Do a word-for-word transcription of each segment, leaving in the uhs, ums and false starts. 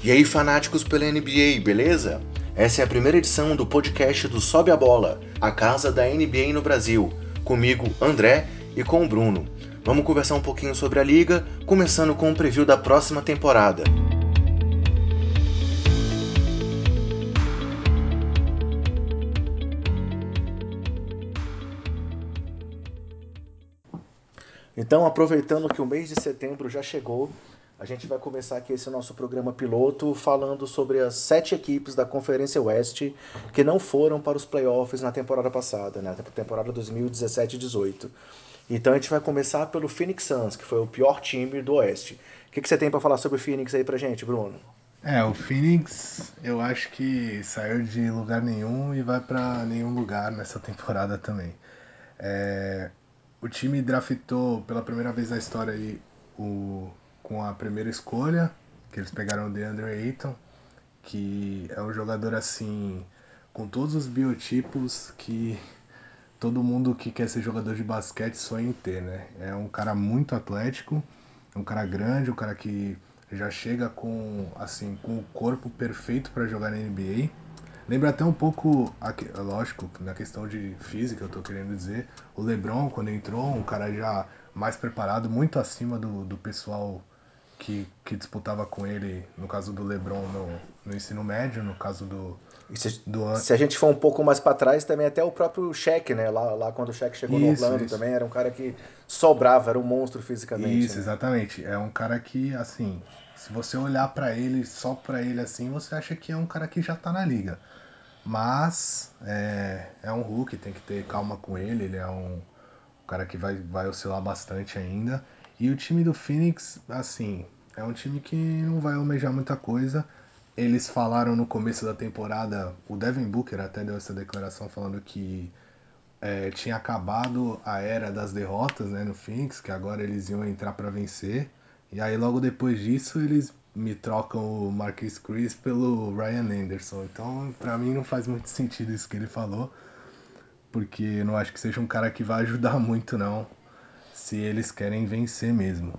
E aí, fanáticos pela N B A, beleza? Essa é a primeira edição do podcast do Sobe a Bola, a casa da N B A no Brasil. Comigo, André, e com o Bruno. Vamos conversar um pouquinho sobre a liga, começando com um preview da próxima temporada. Então, aproveitando que o mês de setembro já chegou, a gente vai começar aqui esse nosso programa piloto falando sobre as sete equipes da Conferência Oeste que não foram para os playoffs na temporada passada, né? Na temporada dois mil e dezessete dezoito. Então a gente vai começar pelo Phoenix Suns, que foi o pior time do Oeste. O que, que você tem para falar sobre o Phoenix aí pra gente, Bruno? É, o Phoenix eu acho que saiu de lugar nenhum e vai pra nenhum lugar nessa temporada também. É, o time draftou pela primeira vez na história aí o, com a primeira escolha, que eles pegaram o DeAndre Ayton, que é um jogador assim, com todos os biotipos que todo mundo que quer ser jogador de basquete sonha em ter, né? É um cara muito atlético, um cara grande, um cara que já chega com assim com o corpo perfeito para jogar na N B A. Lembra até um pouco, lógico, na questão de física, eu tô querendo dizer, o LeBron quando entrou, um cara já mais preparado, muito acima do, do pessoal que, que disputava com ele, no caso do LeBron no, no ensino médio, no caso do, E se, do se a gente for um pouco mais para trás, também até o próprio Shaq, né? Lá, lá quando o Shaq chegou no isso, Orlando isso. também, era um cara que sobrava, era um monstro fisicamente, Isso, né? exatamente. É um cara que, assim, se você olhar pra ele, só pra ele assim, você acha que é um cara que já tá na liga. Mas é, é um Hulk, tem que ter calma com ele, ele é um cara que vai, vai oscilar bastante ainda. E o time do Phoenix, assim, é um time que não vai almejar muita coisa. Eles falaram no começo da temporada, o Devin Booker até deu essa declaração falando que é, tinha acabado a era das derrotas, né, no Phoenix, que agora eles iam entrar para vencer. E aí logo depois disso eles me trocam o Marquis Chris pelo Ryan Anderson. Então, pra mim não faz muito sentido isso que ele falou, porque eu não acho que seja um cara que vai ajudar muito não, se eles querem vencer mesmo.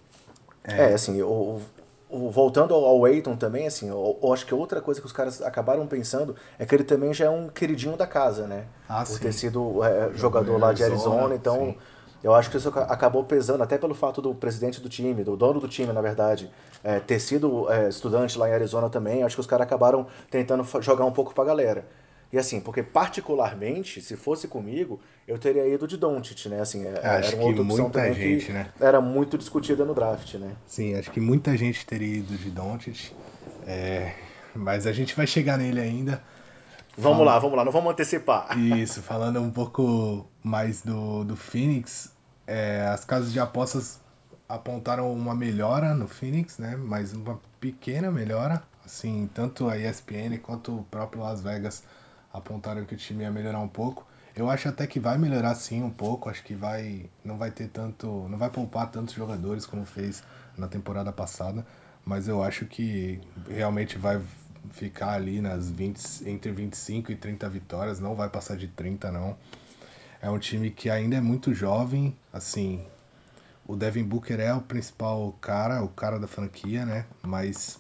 É, É, assim, o, o- voltando ao, ao Aiton também, assim, eu, eu acho que outra coisa que os caras acabaram pensando é que ele também já é um queridinho da casa, né? ah, Por ter sim. sido é, Jogou em jogador lá de Arizona, Arizona, então sim. eu acho que isso aca- acabou pesando, até pelo fato do presidente do time, do dono do time, na verdade, é, ter sido é, estudante lá em Arizona também, acho que os caras acabaram tentando fa- jogar um pouco pra galera. E assim, porque particularmente, se fosse comigo, eu teria ido de Doncic, né? Assim, é- É, é- era acho uma que outra opção muita também que gente, né? era muito discutida no draft, né? Sim, acho que muita gente teria ido de Doncic. É, mas a gente vai chegar nele ainda. Vamos Fala, lá, vamos lá, não vamos antecipar. isso, falando um pouco mais do, do Phoenix, é, as casas de apostas apontaram uma melhora no Phoenix, né? Mas uma pequena melhora. Assim, tanto a E S P N quanto o próprio Las Vegas apontaram que o time ia melhorar um pouco. Eu acho até que vai melhorar sim um pouco. Acho que vai, não vai ter tanto, não vai poupar tantos jogadores como fez na temporada passada. Mas eu acho que realmente vai ficar ali nas vinte, entre vinte e cinco e trinta vitórias, não vai passar de trinta não. É um time que ainda é muito jovem, assim, o Devin Booker é o principal cara, o cara da franquia, né? Mas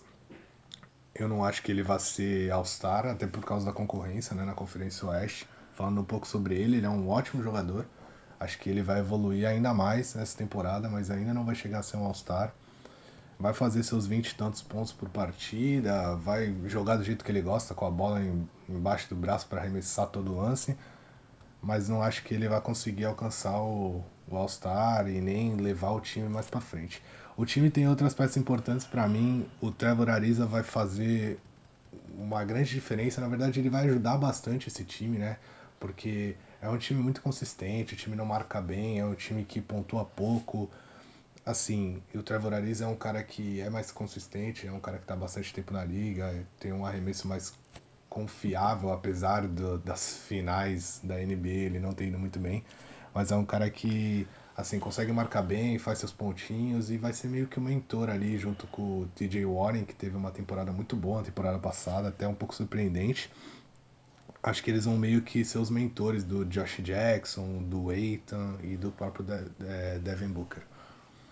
eu não acho que ele vai ser All-Star, até por causa da concorrência, né, na Conferência Oeste. Falando um pouco sobre ele, ele é um ótimo jogador. Acho que ele vai evoluir ainda mais nessa temporada, mas ainda não vai chegar a ser um All-Star. Vai fazer seus vinte e tantos pontos por partida, vai jogar do jeito que ele gosta, com a bola em, embaixo do braço para arremessar todo lance, mas não acho que ele vai conseguir alcançar o, o All-Star e nem levar o time mais para frente. O time tem outras peças importantes para mim, o Trevor Ariza vai fazer uma grande diferença, na verdade ele vai ajudar bastante esse time, né? Porque é um time muito consistente, o time não marca bem, é um time que pontua pouco, assim, e o Trevor Ariza é um cara que é mais consistente, é um cara que está bastante tempo na liga, tem um arremesso mais confiável, apesar do, das finais da N B A ele não ter ido muito bem, mas é um cara que assim consegue marcar bem, faz seus pontinhos e vai ser meio que um mentor ali junto com o T J Warren, que teve uma temporada muito boa na temporada passada, até um pouco surpreendente. Acho que eles vão meio que ser os mentores do Josh Jackson, do Aiton e do próprio De- De- Devin Booker.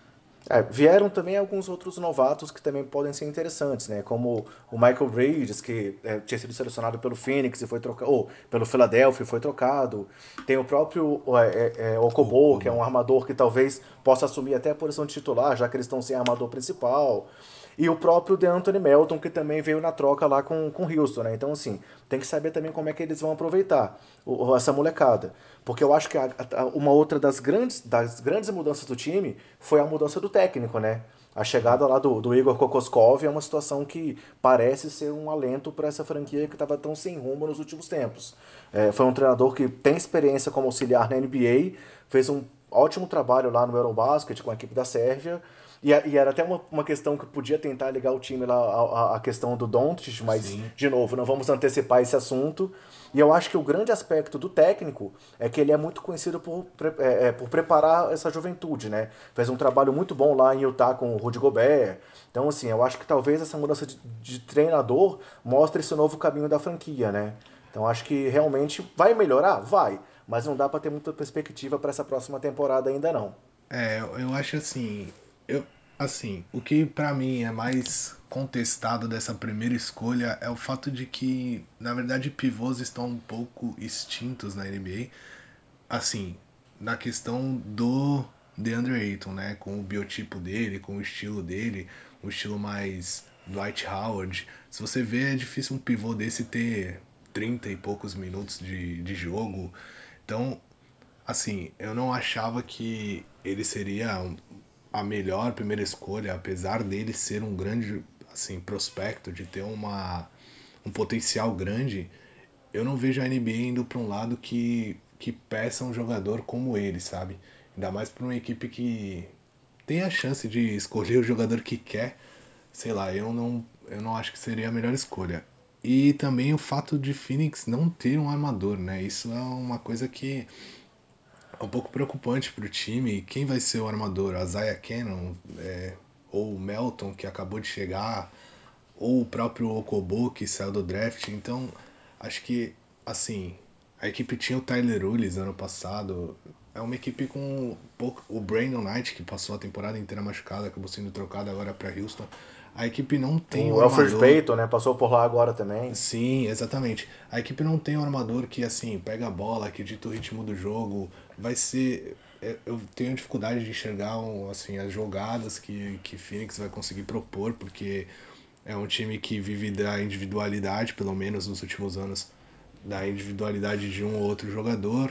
É, vieram também alguns outros novatos que também podem ser interessantes, né? Como o Michael Bridges, que é, tinha sido selecionado pelo Phoenix e foi trocado, ou pelo Philadelphia e foi trocado. Tem o próprio é, é, é, O Okobo, que é Kobo. um armador que talvez possa assumir até a posição de titular, já que eles estão sem armador principal. E o próprio DeAnthony Melton, que também veio na troca lá com com Houston, né? Então, assim, tem que saber também como é que eles vão aproveitar o- essa molecada. Porque eu acho que a- a- uma outra das grandes, das grandes mudanças do time foi a mudança do técnico, né? A Sim, chegada lá do, do Igor Kokoskov é uma situação que parece ser um alento para essa franquia que estava tão sem rumo nos últimos tempos. É, foi um treinador que tem experiência como auxiliar na N B A, fez um ótimo trabalho lá no Eurobasket com a equipe da Sérvia. E, e era até uma, uma questão que podia tentar ligar o time lá à, à questão do Doncic, mas, sim. de novo, não vamos antecipar esse assunto. E eu acho que o grande aspecto do técnico é que ele é muito conhecido por, é, é, por preparar essa juventude, né? Fez um trabalho muito bom lá em Utah com o Rudy Gobert. Então, assim, eu acho que talvez essa mudança de, de treinador mostre esse novo caminho da franquia, né? Então, acho que realmente vai melhorar? Vai. Mas não dá para ter muita perspectiva para essa próxima temporada ainda não. É, eu acho assim, eu assim, o que pra mim é mais contestado dessa primeira escolha é o fato de que, na verdade, pivôs estão um pouco extintos na N B A, assim, na questão do DeAndre Ayton, né, com o biotipo dele, com o estilo dele, um estilo mais Dwight Howard. Se você vê, é difícil um pivô desse ter trinta e poucos minutos de, de jogo. Então, assim, eu não achava que ele seria um- a melhor primeira escolha, apesar dele ser um grande, assim, prospecto, de ter uma, um potencial grande. Eu não vejo a N B A indo para um lado que, que peça um jogador como ele, sabe? Ainda mais para uma equipe que tem a chance de escolher o jogador que quer. Sei lá, eu não, eu não acho que seria a melhor escolha. E também o fato de Phoenix não ter um armador, né? Isso é uma coisa que é um pouco preocupante para o time. Quem vai ser o armador? A Zaya Cannon, é, ou o Melton, que acabou de chegar, ou o próprio Okobo, que saiu do draft. Então, acho que, assim, a equipe tinha o Tyler Ulis ano passado. É uma equipe com pouco, o Brandon Knight, que passou a temporada inteira machucado, acabou sendo trocado agora para Houston. A equipe não tem um O Alfred armador. Payton, né, passou por lá agora também. Sim, exatamente. A equipe não tem um armador que, assim, pega a bola, que dita o ritmo do jogo. Vai ser. é, Eu tenho dificuldade de enxergar, um, assim, as jogadas que, que Phoenix vai conseguir propor, porque é um time que vive da individualidade, pelo menos nos últimos anos, da individualidade de um ou outro jogador.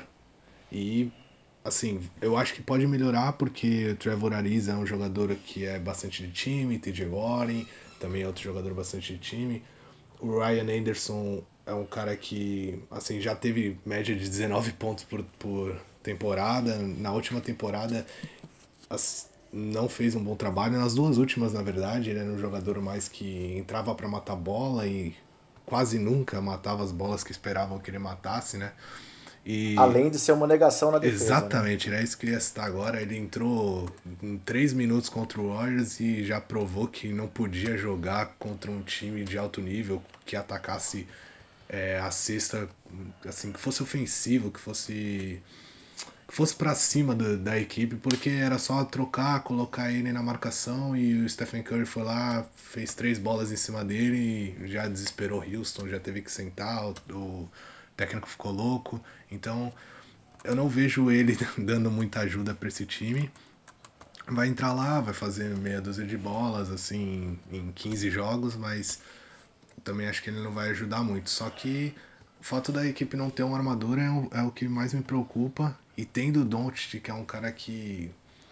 E, assim, eu acho que pode melhorar, porque o Trevor Ariza é um jogador que é bastante de time, T J Warren também é outro jogador bastante de time. O Ryan Anderson é um cara que, assim, já teve média de dezenove pontos por, por temporada. Na última temporada as- não fez um bom trabalho. Nas duas últimas, na verdade, ele era um jogador mais que entrava para matar bola e quase nunca matava as bolas que esperavam que ele matasse, né? E Além de ser uma negação na defesa, né? exatamente, era isso que eu ia citar agora. Ele entrou em três minutos contra o Warriors e já provou que não podia jogar contra um time de alto nível que atacasse é, a cesta, assim, que fosse ofensivo, que fosse que fosse para cima do, da equipe, porque era só trocar, colocar ele na marcação e o Stephen Curry foi lá, fez três bolas em cima dele e já desesperou Houston, já teve que sentar, o, o técnico ficou louco. Então, eu não vejo ele dando muita ajuda para esse time. Vai entrar lá, vai fazer meia dúzia de bolas, assim, em quinze jogos, mas também acho que ele não vai ajudar muito. Só que o fato da equipe não ter um armador é o, é o que mais me preocupa. E tendo o Doncic, que é um cara que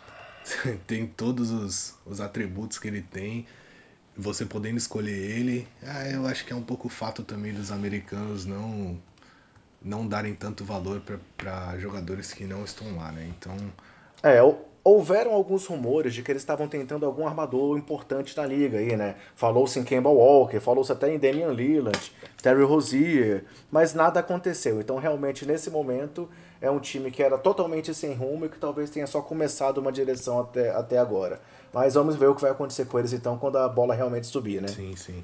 tem todos os, os atributos que ele tem, você podendo escolher ele, ah, eu acho que é um pouco o fato também dos americanos não não darem tanto valor para jogadores que não estão lá, né? Então, É, houveram alguns rumores de que eles estavam tentando algum armador importante na liga aí, né? Falou-se em Kemba Walker, falou-se até em Damian Lillard, Terry Rozier, mas nada aconteceu. Então, realmente, nesse momento, é um time que era totalmente sem rumo e que talvez tenha só começado uma direção até, até agora. Mas vamos ver o que vai acontecer com eles então quando a bola realmente subir, né? sim, sim.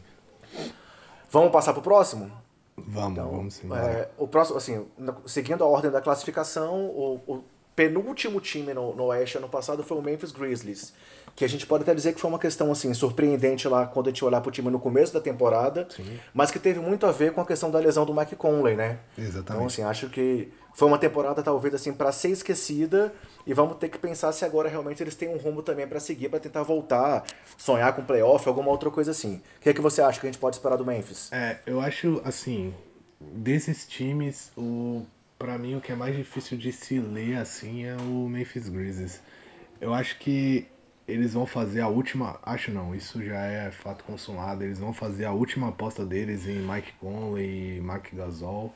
Vamos passar pro próximo? Vamos, Então, vamos embora. é, o próximo, assim, seguindo a ordem da classificação, o, o penúltimo time no, no Oeste ano passado foi o Memphis Grizzlies. Que a gente pode até dizer que foi uma questão assim surpreendente lá quando a gente olhar pro time no começo da temporada, Sim, mas que teve muito a ver com a questão da lesão do Mike Conley, né? Então, exatamente. assim, acho que foi uma temporada talvez assim para ser esquecida e vamos ter que pensar se agora realmente eles têm um rumo também para seguir para tentar voltar, sonhar com playoff, alguma outra coisa assim. O que é que você acha que a gente pode esperar do Memphis? É, eu acho assim, desses times, o para mim o que é mais difícil de se ler assim é o Memphis Grizzlies. Eu acho que eles vão fazer a última, acho não, isso já é fato consumado, eles vão fazer a última aposta deles em Mike Conley e Mark Gasol,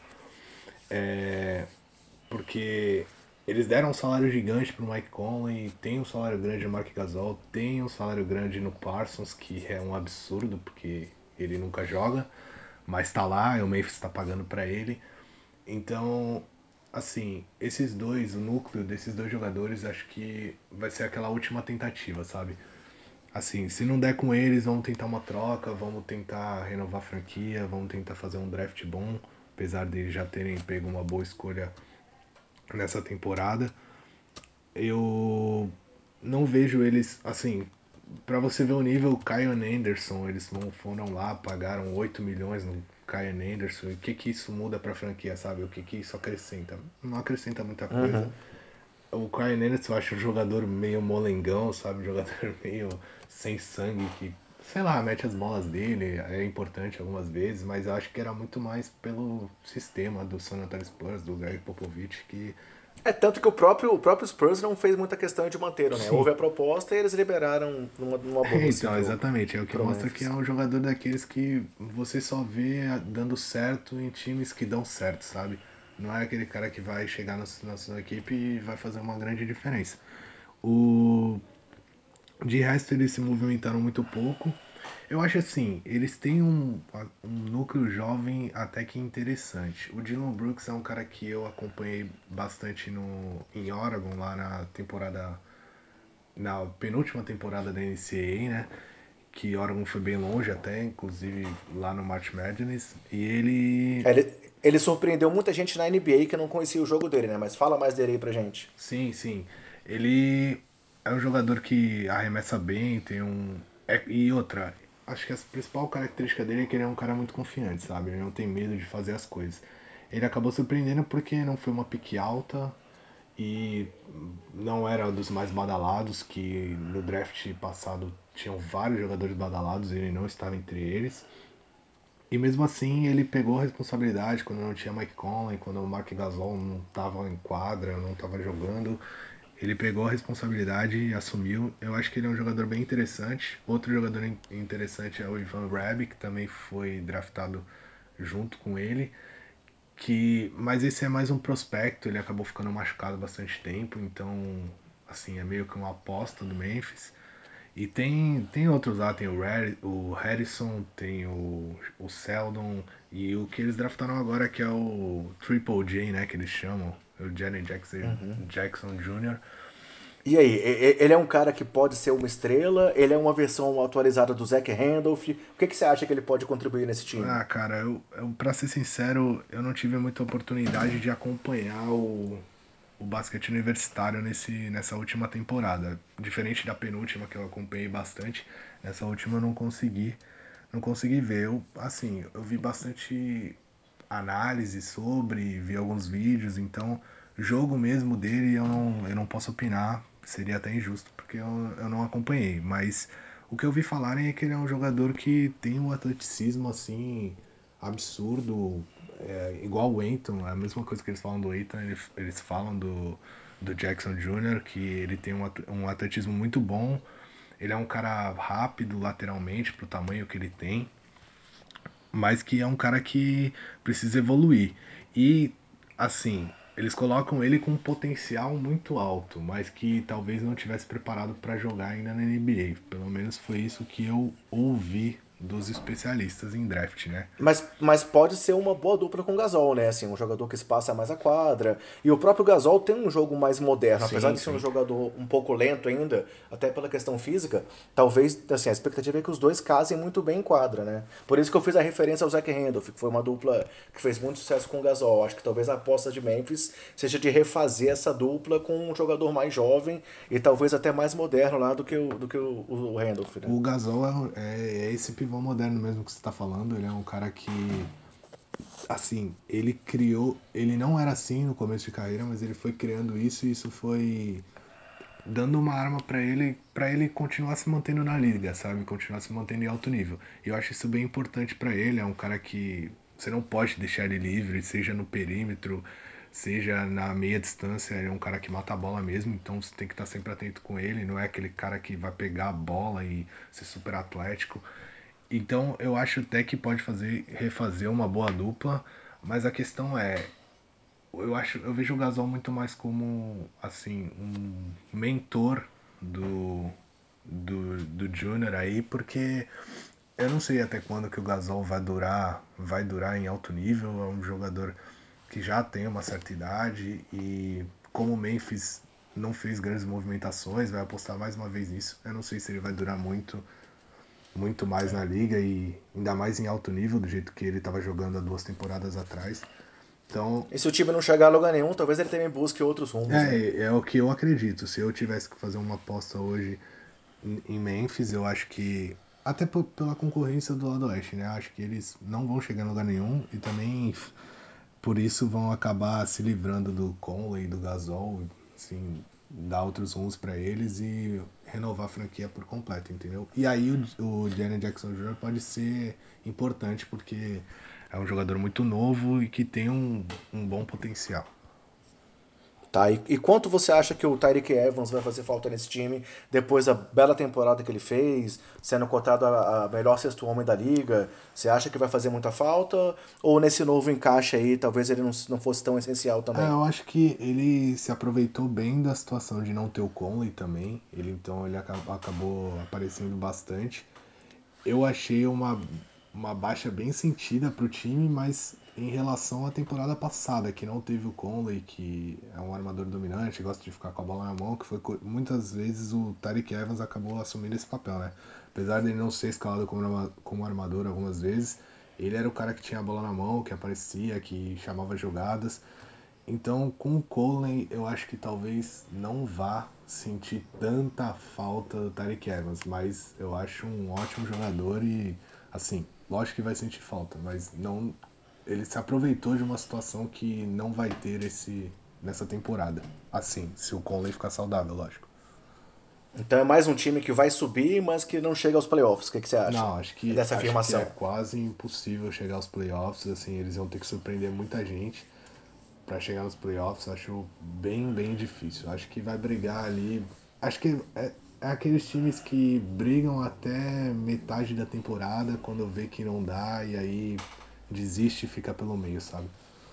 porque eles deram um salário gigante pro Mike Conley, tem um salário grande no Mark Gasol, tem um salário grande no Parsons, que é um absurdo, porque ele nunca joga, mas tá lá, o Memphis tá pagando pra ele. Então, assim, esses dois, o núcleo desses dois jogadores, acho que vai ser aquela última tentativa, sabe? Assim, se não der com eles, vamos tentar uma troca, vamos tentar renovar a franquia, vamos tentar fazer um draft bom, apesar de eles já terem pego uma boa escolha nessa temporada. Eu não vejo eles, assim, pra você ver o nível, o Kyan Anderson, eles vão- foram lá, pagaram oito milhões no Kyan Anderson, e o que que isso muda pra franquia, sabe? O que que isso acrescenta? Não acrescenta muita coisa. Uhum. O Kyan Anderson eu acho um jogador meio molengão, sabe? Um jogador meio sem sangue, que, sei lá, mete as bolas dele, é importante algumas vezes, mas eu acho que era muito mais pelo sistema do San Antonio Spurs, do Greg Popovich, que É tanto que o próprio, o próprio Spurs não fez muita questão de mantê-lo, né? sim. Houve a proposta e eles liberaram numa, numa boa assim Então, pro, exatamente, é o que pro mostra que é Memphis. um jogador daqueles que você só vê dando certo em times que dão certo, sabe? Não é aquele cara que vai chegar na, na sua equipe e vai fazer uma grande diferença. O De resto, eles se movimentaram muito pouco. Eu acho assim, eles têm um, um núcleo jovem até que interessante. O Dylan Brooks é um cara que eu acompanhei bastante no, em Oregon, lá na temporada, na penúltima temporada da N C A A, né? Que Oregon foi bem longe até, inclusive lá no March Madness. E ele, É, Ele, ele surpreendeu muita gente na N B A que não conhecia o jogo dele, né? Mas fala mais dele aí pra gente. sim, sim, ele é um jogador que arremessa bem, tem um. é- e outra, acho que a principal característica dele é que ele é um cara muito confiante, sabe? Ele não tem medo de fazer as coisas. Ele acabou surpreendendo porque não foi uma pique alta e não era dos mais badalados, que no draft passado tinham vários jogadores badalados e ele não estava entre eles. E mesmo assim ele pegou a responsabilidade quando não tinha Mike Conley, quando o Mark Gasol não estava em quadra, não estava jogando. Ele pegou a responsabilidade e assumiu. Eu acho que ele é um jogador bem interessante. Outro jogador interessante é o Ivan Rabi, que também foi draftado junto com ele. Que, mas esse é mais um prospecto, ele acabou ficando machucado bastante tempo, então assim, é meio que uma aposta do Memphis. E tem, tem outros lá, tem o, Rar- o Harrison, tem o, o Seldon, e o que eles draftaram agora que é o Triple J, né, que eles chamam, o Janet Jackson, Jackson júnior E aí, e- e- ele é um cara que pode ser uma estrela? Ele é uma versão atualizada do Zach Randolph? O que, que você acha que ele pode contribuir nesse time? Ah, cara, eu, eu, pra ser sincero, eu não tive muita oportunidade de acompanhar o, o basquete universitário nesse, nessa última temporada. Diferente da penúltima, que eu acompanhei bastante, nessa última eu não consegui, não consegui ver. Eu, assim, eu vi bastante análise sobre, vi alguns vídeos, então jogo mesmo dele eu não, eu não posso opinar, seria até injusto porque eu, eu não acompanhei, mas o que eu vi falarem é que ele é um jogador que tem um atleticismo assim absurdo, é, igual o Aiton, é a mesma coisa que eles falam do Aiton, eles, eles falam do, do Jackson júnior, que ele tem um, um atletismo muito bom, ele é um cara rápido lateralmente pro tamanho que ele tem, mas que é um cara que precisa evoluir. E, assim, eles colocam ele com um potencial muito alto, mas que talvez não tivesse preparado para jogar ainda na N B A. Pelo menos foi isso que eu ouvi dos especialistas em draft, né? Mas, mas pode ser uma boa dupla com o Gasol, né? Assim, um jogador que espaça mais a quadra. E o próprio Gasol tem um jogo mais moderno, apesar Sim, de ser um sim. jogador um pouco lento ainda, até pela questão física. Talvez, assim, a expectativa é que os dois casem muito bem em quadra, né? Por isso que eu fiz a referência ao Zach Randolph, que foi uma dupla que fez muito sucesso com o Gasol. Acho que talvez a aposta de Memphis seja de refazer essa dupla com um jogador mais jovem e talvez até mais moderno lá do que o, do que o, o Randolph, né? O Gasol é, um- é, é esse pivô moderno mesmo que você está falando. Ele é um cara que, assim, ele criou. Ele não era assim no começo de carreira, mas ele foi criando isso e isso foi dando uma arma para ele, para ele continuar se mantendo na liga, sabe? Continuar se mantendo em alto nível. E eu acho isso bem importante para ele. É um cara que você não pode deixar ele livre, seja no perímetro, seja na meia distância. Ele é um cara que mata a bola mesmo, então você tem que estar sempre atento com ele. Não é aquele cara que vai pegar a bola e ser super atlético. Então eu acho até que pode fazer refazer uma boa dupla, mas a questão é, eu acho, eu vejo o Gasol muito mais como assim um mentor do do, do Júnior aí, porque eu não sei até quando que o Gasol vai durar, vai durar em alto nível. É um jogador que já tem uma certa idade e como o Memphis não fez grandes movimentações, vai apostar mais uma vez nisso. Eu não sei se ele vai durar muito, muito mais na liga e ainda mais em alto nível do jeito que ele estava jogando há duas temporadas atrás. Então, E se o time não chegar a lugar nenhum, talvez ele também busque outros rumos, né? é, é o que eu acredito. Se eu tivesse que fazer uma aposta hoje em Memphis, eu acho que até p- pela concorrência do lado oeste, né? Eu acho que eles não vão chegar em lugar nenhum e também por isso vão acabar se livrando do Conley e do Gasol, assim, dar outros rumos para eles e renovar a franquia por completo, entendeu? E aí o, o Jaren Jackson Júnior pode ser importante porque é um jogador muito novo e que tem um, um bom potencial. Tá, e, e quanto você acha que o Tyreek Evans vai fazer falta nesse time depois da bela temporada que ele fez, sendo cotado a, a melhor sexto homem da liga? Você acha que vai fazer muita falta? Ou nesse novo encaixe aí, talvez ele não, não fosse tão essencial Ah, também? eu acho que ele se aproveitou bem da situação de não ter o Conley também. Ele então ele acabou, acabou aparecendo bastante. Eu achei uma, uma baixa bem sentida pro time, mas em relação à temporada passada, que não teve o Conley, que é um armador dominante, gosta de ficar com a bola na mão, que foi muitas vezes o Tariq Evans acabou assumindo esse papel, né? Apesar dele não ser escalado como, como armador algumas vezes, ele era o cara que tinha a bola na mão, que aparecia, que chamava jogadas. Então, com o Conley, eu acho que talvez não vá sentir tanta falta do Tyreek Evans, mas eu acho um ótimo jogador e, assim, lógico que vai sentir falta, mas não, ele se aproveitou de uma situação que não vai ter esse nessa temporada. Assim, se o Conley ficar saudável, lógico. Então é mais um time que vai subir, mas que não chega aos playoffs. O que, que você acha Não, acho que dessa acho que é afirmação? quase impossível chegar aos playoffs, assim, eles vão ter que surpreender muita gente para chegar nos playoffs. Acho bem, bem difícil. Acho que vai brigar ali. Acho que é, é aqueles times que brigam até metade da temporada, quando vê que não dá e aí desiste e fica pelo meio, sabe?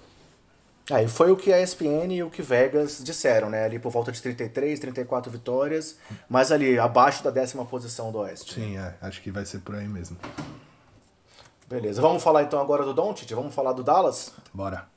Aí foi o que a E S P N e o que Vegas disseram, né? Ali por volta de trinta e três, trinta e quatro vitórias, mas ali abaixo da décima posição do Oeste, né? Sim, é, acho que vai ser por aí mesmo. Beleza, vamos falar então agora do Doncic? Vamos falar do Dallas? Bora.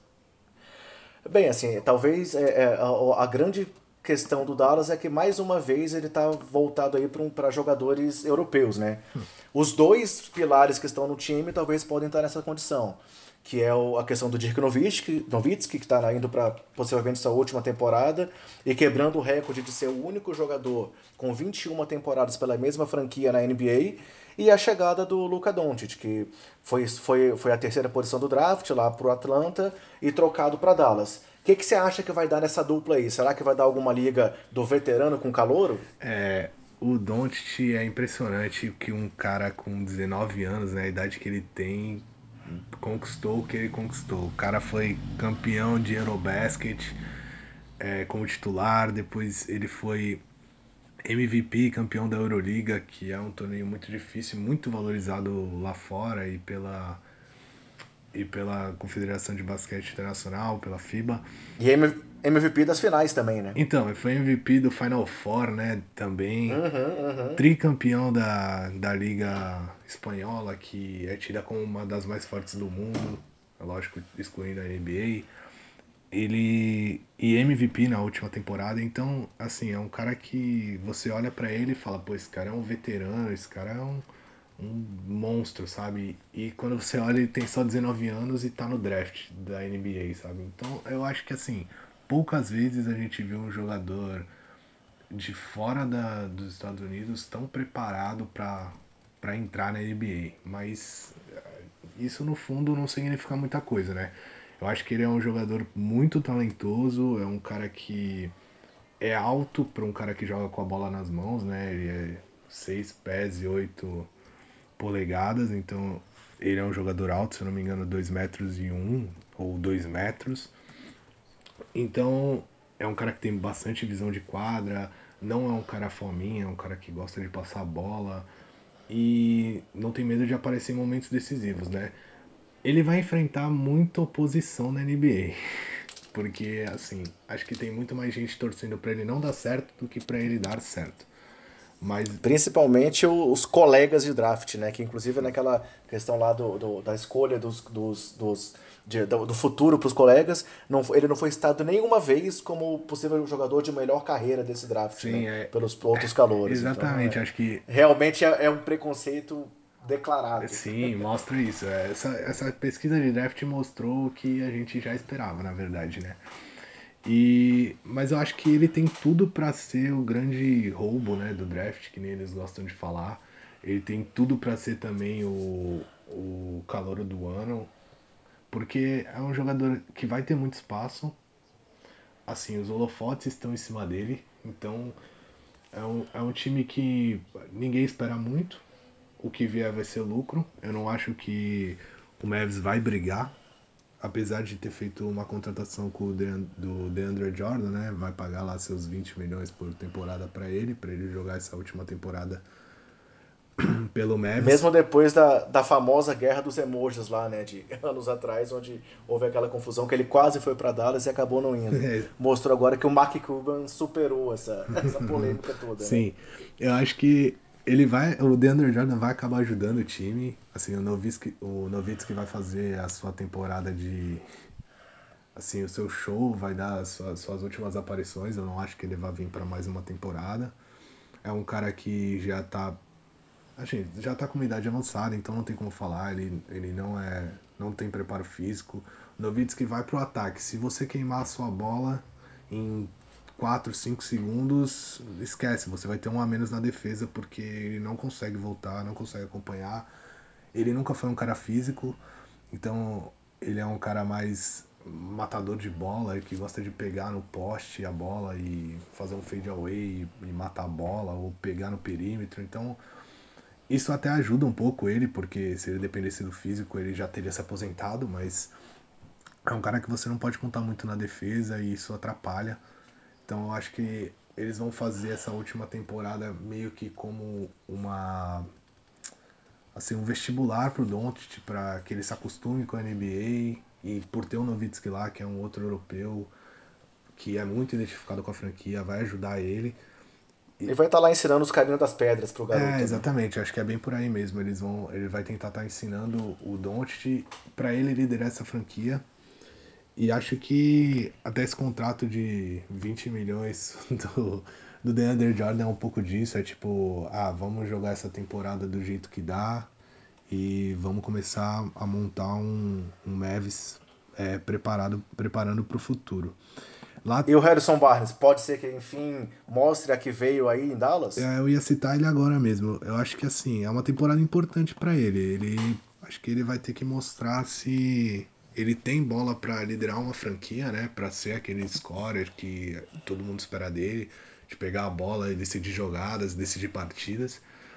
Bem, assim, talvez é, é, a, a grande questão do Dallas é que mais uma vez ele está voltado aí para um, jogadores europeus, né? Os dois pilares que estão no time talvez podem estar nessa condição, que é o- a questão do Dirk Nowitzki, Nowitzki que está indo para possivelmente sua última temporada e quebrando o recorde de ser o único jogador com vinte e uma temporadas pela mesma franquia na N B A, e a chegada do Luka Doncic, que foi, foi, foi a terceira posição do draft lá pro Atlanta e trocado para Dallas. O que, que você acha que vai dar nessa dupla aí? Será que vai dar alguma liga do veterano com calouro? É, o Doncic é impressionante que um cara com dezenove anos, né, a idade que ele tem, conquistou o que ele conquistou. O cara foi campeão de Eurobasket, é, como titular, depois ele foi M V P, campeão da Euroliga, que é um torneio muito difícil, muito valorizado lá fora e pela, e pela Confederação de Basquete Internacional, pela FIBA. E, M- M V P das finais também, né? Então, ele foi M V P do Final Four, né? Também. Uhum, uhum. Tricampeão da, da Liga Espanhola, que é tida como uma das mais fortes do mundo, é lógico, excluindo a N B A. Ele e M V P na última temporada, então, assim, é um cara que você olha pra ele e fala, pô, esse cara é um veterano, esse cara é um, um monstro, sabe? E quando você olha, ele tem só dezenove anos e tá no draft da N B A, sabe? Então, eu acho que, assim, poucas vezes a gente viu um jogador de fora da, dos Estados Unidos tão preparado para para entrar na N B A, mas eh, isso no fundo não significa muita coisa, né? Eu acho que ele é um jogador muito talentoso, é um cara que é alto para um cara que joga com a bola nas mãos, né? Ele é seis pés e oito polegadas, então ele é um jogador alto, se eu não me engano, dois metros e um ou dois metros. Então, é um cara que tem bastante visão de quadra, não é um cara fominha, é um cara que gosta de passar a bola e não tem medo de aparecer em momentos decisivos, né? Ele vai enfrentar muita oposição na N B A, porque assim, acho que tem muito mais gente torcendo pra ele não dar certo do que pra ele dar certo. Mas Principalmente o- os colegas de draft, né? Que inclusive naquela questão lá do, do- da escolha dos, dos, dos- de- do, do futuro para os colegas, não, foi- ele não foi citado nenhuma vez como possível jogador de melhor carreira desse draft, né? sim, é Pelos outros calouros. Então, exatamente, é, acho que realmente é, é um preconceito declarado. sim, mostra isso. É, Essa, essa pesquisa de draft mostrou o que a gente já esperava, na verdade, né? E, mas eu acho que ele tem tudo pra ser o grande roubo, né, do draft, que nem eles gostam de falar. Ele tem tudo pra ser também o, o calouro do ano, porque é um jogador que vai ter muito espaço. Assim, os holofotes estão em cima dele, então é um, é um time que ninguém espera muito. O que vier vai ser lucro. Eu não acho que o Mavs vai brigar, apesar de ter feito uma contratação com o Dean- do DeAndre Jordan, né? Vai pagar lá seus vinte milhões por temporada para ele, para ele jogar essa última temporada pelo Mavs. Mesmo depois da, da famosa guerra dos emojis lá, né, de anos atrás, onde houve aquela confusão que ele quase foi para Dallas e acabou não indo. Mostrou agora que o Mark Cuban superou essa, essa polêmica toda, né? Sim, eu acho que ele vai, o DeAndre Jordan vai acabar ajudando o time. Assim, o Nowitzki, o Nowitzki vai fazer a sua temporada de assim, o seu show, vai dar as suas, suas últimas aparições. Eu não acho que ele vai vir para mais uma temporada. É um cara que já tá, assim, já tá com uma idade avançada, então não tem como falar. Ele, ele não é, não tem preparo físico. Nowitzki vai pro ataque. Se você queimar a sua bola em quatro, cinco segundos, esquece, você vai ter um a menos na defesa porque ele não consegue voltar, não consegue acompanhar. Ele nunca foi um cara físico, então ele é um cara mais matador de bola, que gosta de pegar no poste a bola e fazer um fade away e matar a bola ou pegar no perímetro. Então isso até ajuda um pouco ele, porque se ele dependesse do físico ele já teria se aposentado, mas é um cara que você não pode contar muito na defesa e isso atrapalha. Então eu acho que eles vão fazer essa última temporada meio que como uma assim um vestibular pro Doncic para que ele se acostume com a N B A e por ter o Nowitzki lá, que é um outro europeu que é muito identificado com a franquia, vai ajudar ele. E vai estar lá ensinando os carinhos das pedras pro É, garoto, né? exatamente, acho que é bem por aí mesmo. Eles vão, ele vai tentar estar ensinando o Doncic para ele liderar essa franquia. E acho que até esse contrato de vinte milhões do, do DeAndre Jordan é um pouco disso. É tipo, ah, vamos jogar essa temporada do jeito que dá e vamos começar a montar um, um Mavs é, preparado, preparando para o futuro. Lá E o Harrison Barnes, pode ser que enfim mostre a que veio aí em Dallas? é, eu ia citar ele agora mesmo. Eu acho que assim, é uma temporada importante para ele. Ele acho que ele vai ter que mostrar se ele tem bola para liderar uma franquia, né, para ser aquele scorer que todo mundo espera dele, de pegar a bola e decidir jogadas, decidir partidas.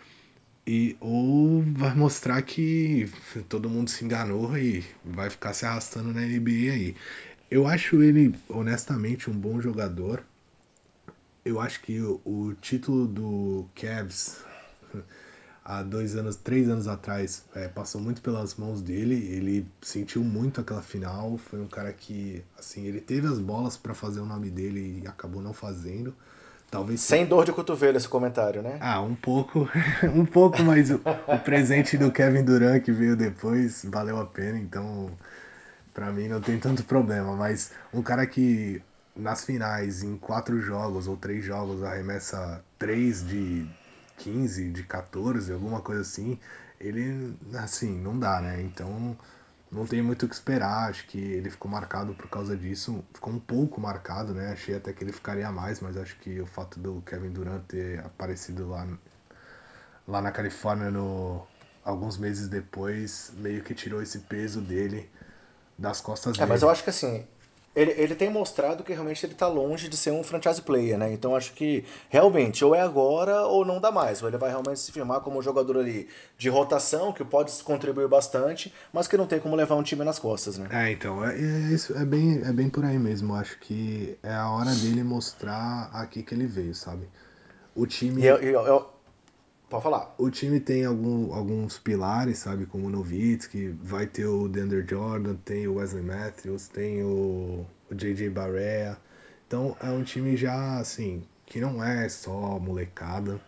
E ou vai mostrar que todo mundo se enganou e vai ficar se arrastando na N B A aí. Eu acho ele honestamente um bom jogador. Eu acho que o, o título do Cavs há dois anos, três anos atrás, é, passou muito pelas mãos dele. Ele sentiu muito aquela final. Foi um cara que, assim, ele teve as bolas para fazer o nome dele e acabou não fazendo. Talvez se... Sem dor de cotovelo esse comentário, né? Ah, um pouco, um pouco, mas o, o presente do Kevin Durant que veio depois valeu a pena, então pra mim não tem tanto problema. Mas um cara que nas finais, em quatro jogos ou três jogos, arremessa três de quinze, de quatorze, alguma coisa assim, ele, assim, não dá, né? Então não tem muito o que esperar. Acho que ele ficou marcado por causa disso. Ficou um pouco marcado, né? Achei até que ele ficaria mais, mas acho que o fato do Kevin Durant ter aparecido lá, lá na Califórnia no, alguns meses depois, meio que tirou esse peso dele das costas É, mas eu dele. acho que assim, ele, ele tem mostrado que realmente ele tá longe de ser um franchise player, né? Então acho que realmente ou é agora ou não dá mais. Ou ele vai realmente se firmar como um jogador ali de rotação, que pode contribuir bastante, mas que não tem como levar um time nas costas, né? É, então, é, é, isso, é, bem, é bem por aí mesmo. Acho que é a hora dele mostrar aqui que ele veio, sabe? O E eu, time, eu, eu- pode falar. o time tem algum, alguns pilares, sabe? Como o Nowitzki, vai ter o DeAndre Jordan, tem o Wesley Matthews, tem o, o J J Barea. Então é um time já, assim, que não é só molecada.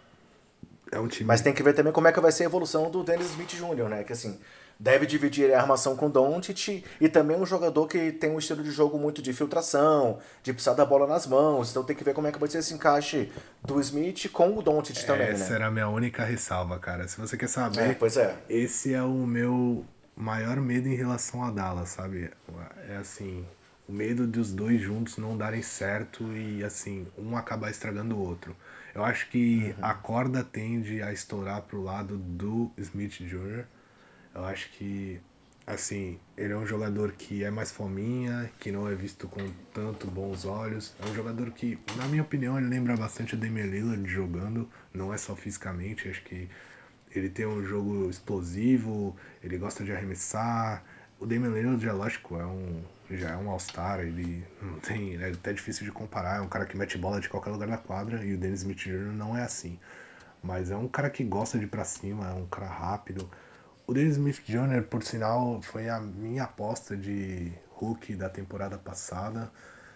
É um Mas time. tem que ver também como é que vai ser a evolução do Dennis Smith Júnior, né? Que assim, deve dividir a armação com o Doncic e também um jogador que tem um estilo de jogo muito de filtração, de precisar da bola nas mãos. Então tem que ver como é que vai ser esse encaixe do Smith com o Doncic também, Essa né? era a minha única ressalva, cara. Se você quer É, saber, pois é. esse é o meu maior medo em relação a Dallas, sabe? É assim, o medo dos dois juntos não darem certo e assim, um acabar estragando o outro. Eu acho que a corda tende a estourar pro lado do Smith Júnior Eu acho que, assim, ele é um jogador que é mais fominha, que não é visto com tanto bons olhos. É um jogador que, na minha opinião, ele lembra bastante o Damian Lillard jogando, não é só fisicamente. Acho que ele tem um jogo explosivo, ele gosta de arremessar. O Damian Lillard, já, lógico, é um, já é um All-Star, ele não tem, é até difícil de comparar, é um cara que mete bola de qualquer lugar da quadra e o Dennis Smith Júnior não é assim. Mas é um cara que gosta de ir pra cima, é um cara rápido. O Dennis Smith Júnior, por sinal, foi a minha aposta de Hulk da temporada passada.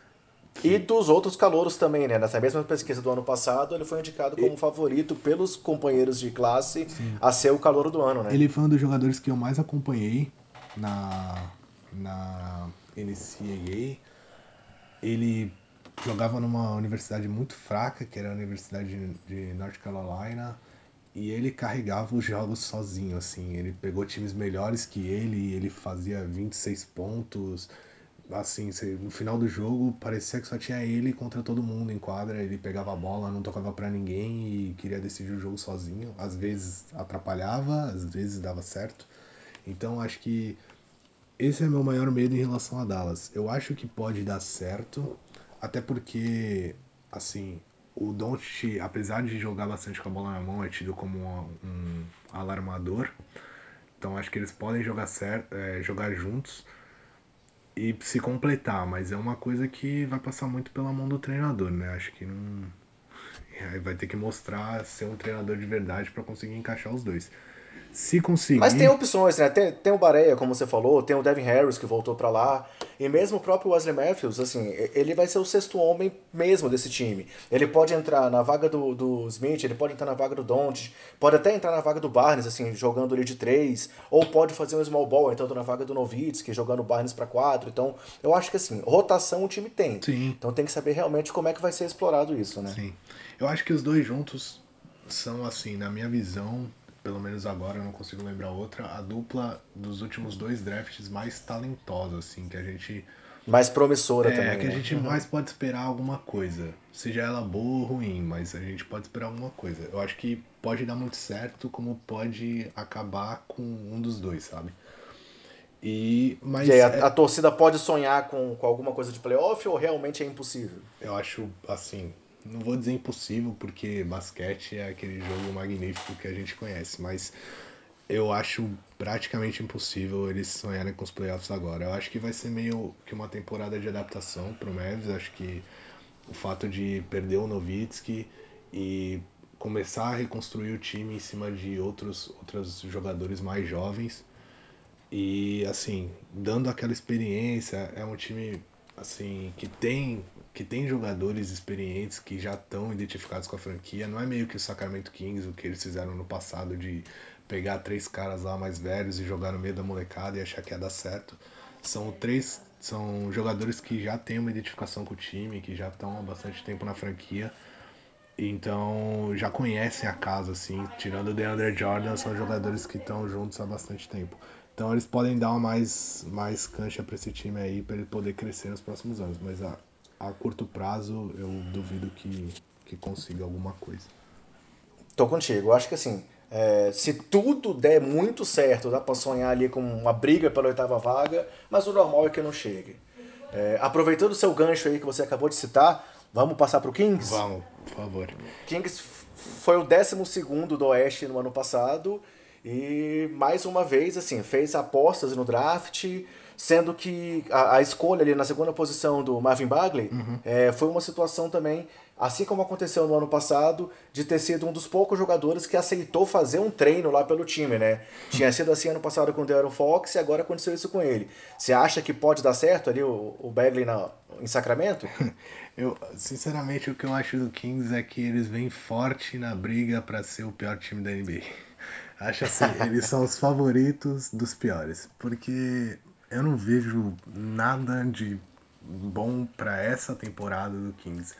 E Que dos outros calouros também, né? Nessa mesma pesquisa do ano passado, ele foi indicado como favorito pelos companheiros de classe sim, a ser o calouro do ano, né? ele foi um dos jogadores que eu mais acompanhei na, na N C A A. Ele jogava numa universidade muito fraca, que era a Universidade de North Carolina, e ele carregava os jogos sozinho, assim. Ele pegou times melhores que ele, e ele fazia vinte e seis pontos. Assim, no final do jogo parecia que só tinha ele contra todo mundo em quadra. Ele pegava a bola, não tocava pra ninguém e queria decidir o jogo sozinho. Às vezes atrapalhava, às vezes dava certo. Então acho que esse é meu maior medo em relação a Dallas. Eu acho que pode dar certo, até porque, assim, o Doncic, apesar de jogar bastante com a bola na mão, é tido como um, um alarmador. Então acho que eles podem jogar certo, é, jogar juntos e se completar, mas é uma coisa que vai passar muito pela mão do treinador, né? Acho que não aí vai ter que mostrar ser um treinador de verdade para conseguir encaixar os dois. Se Mas tem conseguir, opções, né? Tem, tem o Barea, como você falou, tem o Devin Harris que voltou pra lá, e mesmo o próprio Wesley Matthews, assim, ele vai ser o sexto homem mesmo desse time. Ele pode entrar na vaga do, do Smith, ele pode entrar na vaga do Doncic, pode até entrar na vaga do Barnes, assim, jogando ali de três, ou pode fazer um small ball, entrando na vaga do Nowitzki, jogando o Barnes pra quatro. Então, eu acho que assim, rotação o time tem. sim, Então tem que saber realmente como é que vai ser explorado isso, né? sim. Eu acho que os dois juntos são, assim, na minha visão, pelo menos agora eu não consigo lembrar outra, a dupla dos últimos dois drafts mais talentosa, assim, que a gente Mais promissora é também, que a né? gente mais pode esperar alguma coisa, seja ela boa ou ruim, mas a gente pode esperar alguma coisa. Eu acho que pode dar muito certo, como pode acabar com um dos dois, sabe? E E aí, mas a, é, a torcida pode sonhar com, com alguma coisa de playoff ou realmente é impossível? eu acho assim, não vou dizer impossível porque basquete é aquele jogo magnífico que a gente conhece, mas eu acho praticamente impossível eles sonharem com os playoffs agora. Eu acho que vai ser meio que uma temporada de adaptação pro Mavs. Acho que o fato de perder o Nowitzki e começar a reconstruir o time em cima de outros, outros jogadores mais jovens. E assim, dando aquela experiência, é um time assim que tem que tem jogadores experientes que já estão identificados com a franquia. Não é meio que o Sacramento Kings, o que eles fizeram no passado de pegar três caras lá mais velhos e jogar no meio da molecada e achar que ia dar certo. São três são jogadores que já têm uma identificação com o time, que já estão há bastante tempo na franquia. Então já conhecem a casa, assim, tirando o DeAndre Jordan, são jogadores que estão juntos há bastante tempo. Então eles podem dar uma mais, mais cancha para esse time aí, para ele poder crescer nos próximos anos. Mas a, a curto prazo eu duvido que, que consiga alguma coisa. Tô contigo. Eu acho que assim, é, se tudo der muito certo, dá pra sonhar ali com uma briga pela oitava vaga, mas o normal é que não chegue. É, aproveitando o seu gancho aí que você acabou de citar, vamos passar pro Kings? Vamos, por favor. Kings f- foi o décimo segundo do Oeste no ano passado e mais uma vez assim fez apostas no draft, sendo que a, a escolha ali na segunda posição do Marvin Bagley é, foi uma situação também, assim como aconteceu no ano passado, de ter sido um dos poucos jogadores que aceitou fazer um treino lá pelo time, né? Tinha sido assim ano passado com o De'Aaron Fox e agora aconteceu isso com ele. Você acha que pode dar certo ali o, o Bagley na, em Sacramento? Eu, sinceramente, o que eu acho do Kings é que eles vêm forte na briga para ser o pior time da N B A. Acho assim, eles são os favoritos dos piores, porque eu não vejo nada de bom para essa temporada do Kings.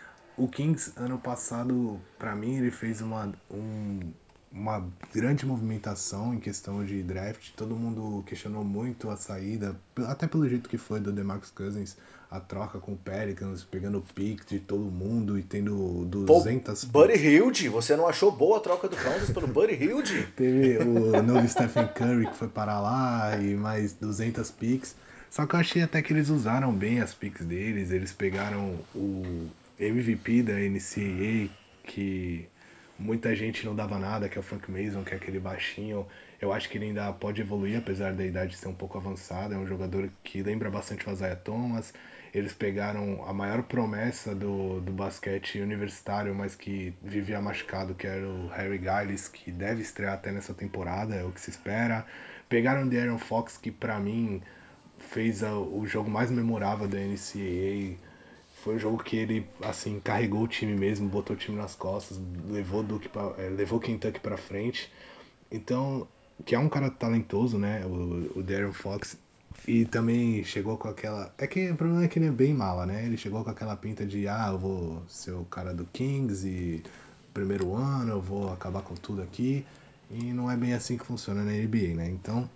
O Kings, ano passado, para mim, ele fez uma, um, uma grande movimentação em questão de draft. Todo mundo questionou muito a saída, até pelo jeito que foi do DeMarcus Cousins, a troca com o Pelicans, pegando pick de todo mundo e tendo Pô, duzentas Buddy picks. Hield, você não achou boa a troca do Kansas pelo Buddy Hield? Teve o novo Stephen Curry que foi para lá e mais duzentas picks. Só que eu achei até que eles usaram bem as picks deles. Eles pegaram o M V P da N C A A, que muita gente não dava nada, que é o Frank Mason, que é aquele baixinho. Eu acho que ele ainda pode evoluir, apesar da idade ser um pouco avançada. É um jogador que lembra bastante o Isaiah Thomas. Eles pegaram a maior promessa do, do basquete universitário, mas que vivia machucado, que era o Harry Giles, que deve estrear até nessa temporada, é o que se espera. Pegaram o De'Aaron Fox, que pra mim fez a, o jogo mais memorável da N C A A. Foi um jogo que ele, assim, carregou o time mesmo, botou o time nas costas, levou, Duke pra, é, levou Kentucky pra frente. Então, que é um cara talentoso, né? O, o Darren Fox. E também chegou com aquela. É que o problema é que ele é bem mala, né? Ele chegou com aquela pinta de, ah, eu vou ser o cara do Kings e primeiro ano, eu vou acabar com tudo aqui. E não é bem assim que funciona na N B A, né? Então,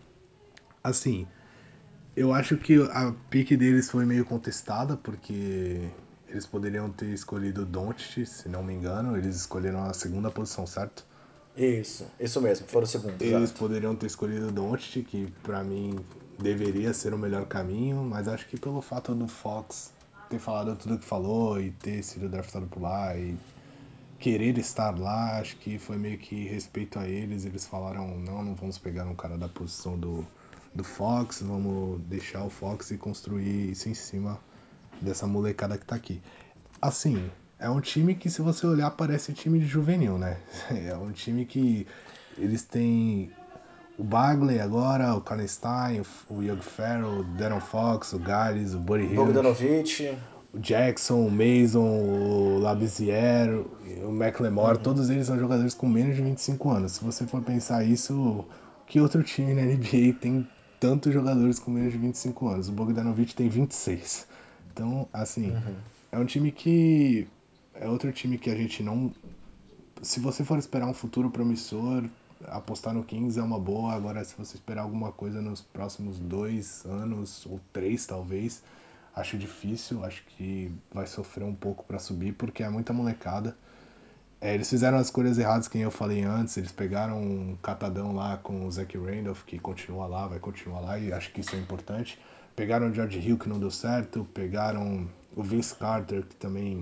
assim, eu acho que a pique deles foi meio contestada, porque eles poderiam ter escolhido o Doncic, se não me engano. Eles escolheram a segunda posição, certo? Isso, isso mesmo, foram o segundo, Eles exato. poderiam ter escolhido o Doncic, que pra mim deveria ser o melhor caminho, mas acho que pelo fato do Fox ter falado tudo que falou e ter sido draftado por lá e querer estar lá, acho que foi meio que respeito a eles. Eles falaram, não, não vamos pegar um cara da posição do, do Fox, vamos deixar o Fox e construir isso em cima dessa molecada que tá aqui. Assim, é um time que, se você olhar, parece time de juvenil, né? É um time que eles têm o Bagley agora, o Kallenstein, o Young Farrell, o Darren Fox, o Giles, o Buddy Hield, Bogdanovic, o Jackson, o Mason, o Labissière, o McLemore. Todos eles são jogadores com menos de vinte e cinco anos. Se você for pensar isso, que outro time na N B A tem tantos jogadores com menos de vinte e cinco anos? O Bogdanovic tem vinte e seis. Então, assim, é um time que é outro time que a gente não. Se você for esperar um futuro promissor, apostar no Kings é uma boa. Agora, se você esperar alguma coisa nos próximos dois anos, ou três talvez, acho difícil. Acho que vai sofrer um pouco para subir, porque é muita molecada. É, eles fizeram as escolhas erradas, que eu falei antes. Eles pegaram um catadão lá com o Zach Randolph, que continua lá, vai continuar lá, e acho que isso é importante. Pegaram o George Hill, que não deu certo. Pegaram o Vince Carter, que também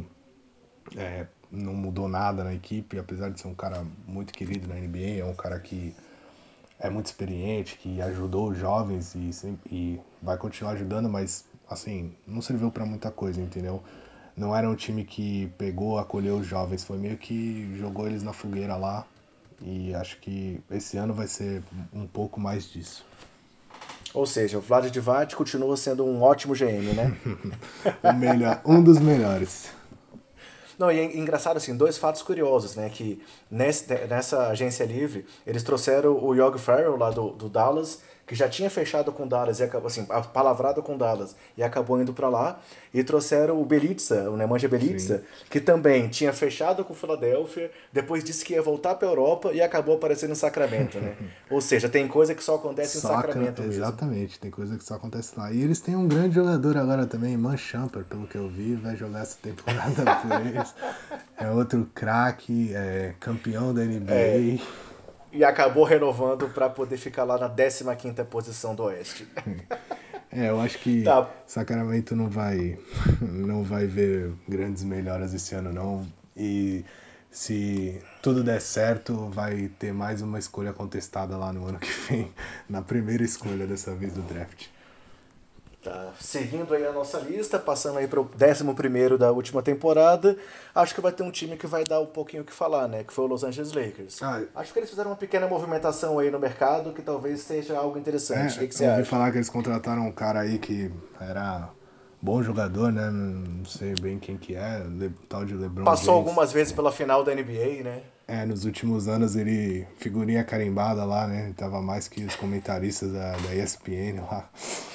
é, não mudou nada na equipe, apesar de ser um cara muito querido na N B A. É um cara que é muito experiente, que ajudou os jovens e, e vai continuar ajudando, mas assim, não serviu para muita coisa, entendeu? não era um time que pegou, acolheu os jovens, foi meio que jogou eles na fogueira lá. E acho que esse ano vai ser um pouco mais disso. Ou seja, o Vlad Divac continua sendo um ótimo G M, né? O melhor, um dos melhores. Não, e é engraçado assim, dois fatos curiosos, né? Que nesse, nessa agência livre, eles trouxeram o Yogi Ferrell lá do, do Dallas, que já tinha fechado com o Dallas e acabou assim, palavrado com o Dallas e acabou indo pra lá. E trouxeram o Belitza, o Nemanja Sim. Belitza, que também tinha fechado com o Philadelphia, depois disse que ia voltar pra Europa e acabou aparecendo em Sacramento, né? Ou seja, tem coisa que só acontece em Só acra- Sacramento mesmo. exatamente, tem coisa que só acontece lá. E eles têm um grande jogador agora também, Man Shumpert, pelo que eu vi, vai jogar essa temporada por eles. É outro craque, é campeão da N B A. E acabou renovando pra poder ficar lá na décima quinta posição do Oeste. É, eu acho que Tá. Sacramento não vai, não vai ver grandes melhoras esse ano não. E se tudo der certo, vai ter mais uma escolha contestada lá no ano que vem, na primeira escolha dessa vez do draft. Tá. Seguindo aí a nossa lista, passando aí para o décimo primeiro da última temporada, acho que vai ter um time que vai dar um pouquinho o que falar, né? Que foi o Los Angeles Lakers. Ah, Acho que eles fizeram uma pequena movimentação aí no mercado que talvez seja algo interessante. O é, que, que eu você ouvi acha? falar que eles contrataram um cara aí que era bom jogador, né? Não sei bem quem que é, Le, tal de LeBron Passou James. algumas vezes pela final da N B A, né? É, nos últimos anos ele, figurinha carimbada lá, né? Ele tava mais que os comentaristas da, da E S P N lá.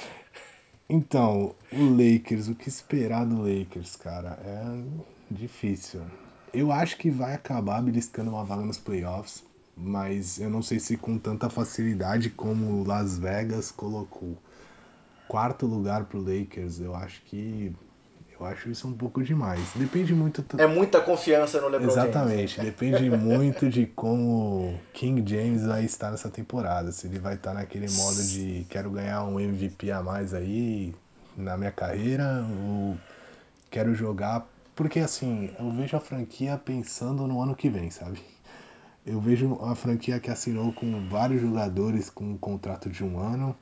Então, o Lakers, o que esperar do Lakers, cara? É difícil. Eu acho que vai acabar beliscando uma vaga nos playoffs, mas eu não sei se com tanta facilidade como o Las Vegas colocou. Quarto lugar pro Lakers, eu acho que eu acho isso um pouco demais. Depende muito. É muita confiança no LeBron James, né? Exatamente, depende muito de como King James vai estar nessa temporada. Se ele vai estar naquele modo de quero ganhar um M V P a mais aí na minha carreira, ou quero jogar. Porque assim, eu vejo a franquia pensando no ano que vem, sabe? Eu vejo a franquia que assinou com vários jogadores com um contrato de um ano,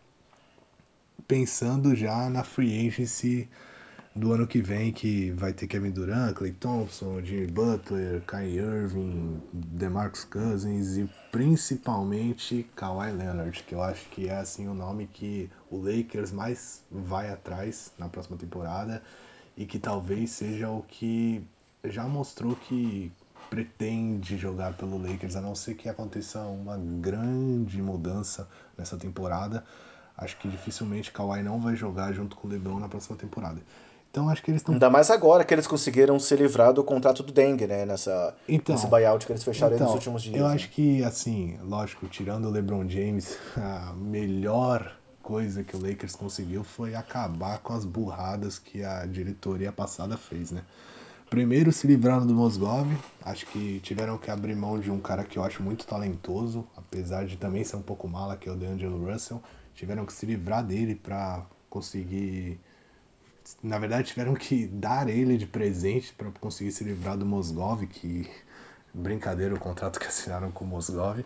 pensando já na free agency do ano que vem, que vai ter Kevin Durant, Klay Thompson, Jimmy Butler, Kyrie Irving, DeMarcus Cousins e principalmente Kawhi Leonard, que eu acho que é assim o nome que o Lakers mais vai atrás na próxima temporada e que talvez seja o que já mostrou que pretende jogar pelo Lakers, a não ser que aconteça uma grande mudança nessa temporada. Acho que dificilmente Kawhi não vai jogar junto com o LeBron na próxima temporada. Então acho que eles estão. Ainda mais agora que eles conseguiram se livrar do contrato do Deng, né? Nessa, nesse Então, buyout que eles fecharam aí nos então, últimos eu dias, né? acho que assim, lógico, tirando o LeBron James, a melhor coisa que o Lakers conseguiu foi acabar com as burradas que a diretoria passada fez, né? Primeiro se livraram do Mozgov, acho que tiveram que abrir mão de um cara que eu acho muito talentoso, apesar de também ser um pouco mala, que é o DeAngelo Russell. Tiveram que se livrar dele para conseguir. Na verdade, tiveram que dar ele de presente para conseguir se livrar do Mozgov, que brincadeira o contrato que assinaram com o Mozgov.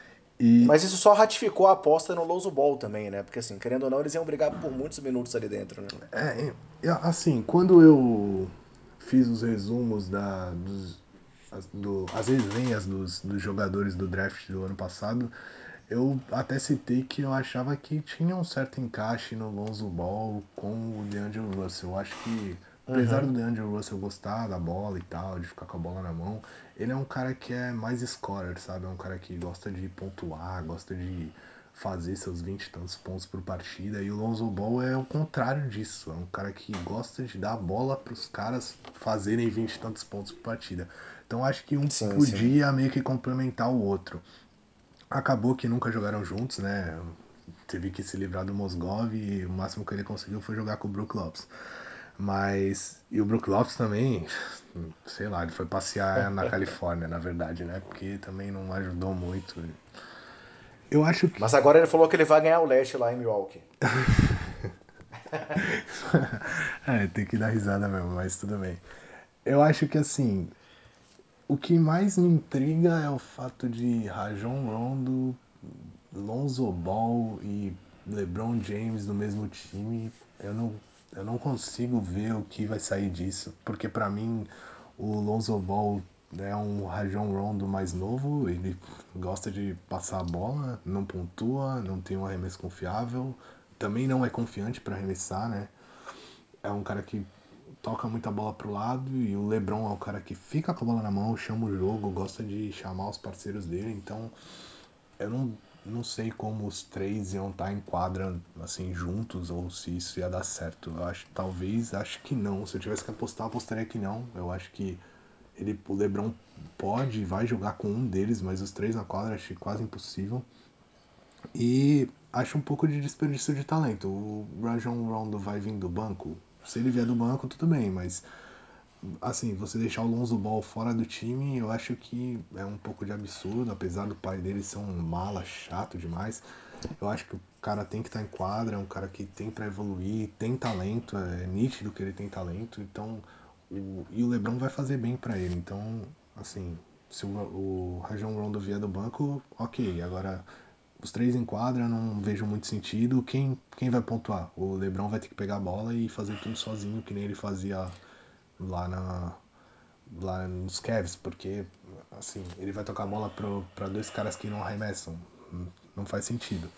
E Mas isso só ratificou a aposta no Louso Ball também, né? Porque assim, querendo ou não, eles iam brigar por muitos minutos ali dentro, né? é, é, assim, quando eu fiz os resumos da, dos, as, do, as resenhas dos, dos jogadores do draft do ano passado, eu até citei que eu achava que tinha um certo encaixe no Lonzo Ball com o DeAngelo Russell. Eu acho que, apesar do DeAngelo Russell gostar da bola e tal, de ficar com a bola na mão, ele é um cara que é mais scorer, sabe? É um cara que gosta de pontuar, gosta de fazer seus vinte e tantos pontos por partida. E o Lonzo Ball é o contrário disso. É um cara que gosta de dar a bola para os caras fazerem vinte e tantos pontos por partida. Então acho que um Sim, sim. podia meio que complementar o outro. Acabou que nunca jogaram juntos, né? Teve que se livrar do Mozgov e o máximo que ele conseguiu foi jogar com o Brook Lopes. Mas. E o Brook Lopes também, sei lá, ele foi passear na Califórnia, na verdade, né? Porque também não ajudou muito. Eu acho que. Mas agora ele falou que ele vai ganhar o leste lá em Milwaukee. É, tem que dar risada mesmo, mas tudo bem. Eu acho que assim, o que mais me intriga é o fato de Rajon Rondo, Lonzo Ball e LeBron James no mesmo time. Eu não eu não consigo ver o que vai sair disso, porque pra mim o Lonzo Ball é um Rajon Rondo mais novo, ele gosta de passar a bola, não pontua, não tem um arremesso confiável, também não é confiante pra arremessar, né? É um cara que toca muita bola pro lado e o LeBron é o cara que fica com a bola na mão, chama o jogo, gosta de chamar os parceiros dele, então eu não, não sei como os três iam estar em quadra assim juntos ou se isso ia dar certo. Eu acho talvez, acho que não. Se eu tivesse que apostar, apostaria que não. Eu acho que ele, o LeBron pode e vai jogar com um deles, mas os três na quadra acho quase impossível. E acho um pouco de desperdício de talento. O Rajon Rondo vai vir do banco. Se ele vier do banco, tudo bem, mas assim, você deixar o Lonzo Ball fora do time, eu acho que é um pouco de absurdo, apesar do pai dele ser um mala chato demais. Eu acho que o cara tem que estar em quadra, é um cara que tem para evoluir, tem talento, é nítido que ele tem talento, então o, e o LeBron vai fazer bem para ele. Então, assim, se o, o Rajon Rondo vier do banco, ok. Agora, os três em quadra, não vejo muito sentido. Quem, quem vai pontuar? O LeBron vai ter que pegar a bola e fazer tudo sozinho, que nem ele fazia lá na lá nos Cavs, porque assim, ele vai tocar a bola para dois caras que não arremessam. Não faz sentido.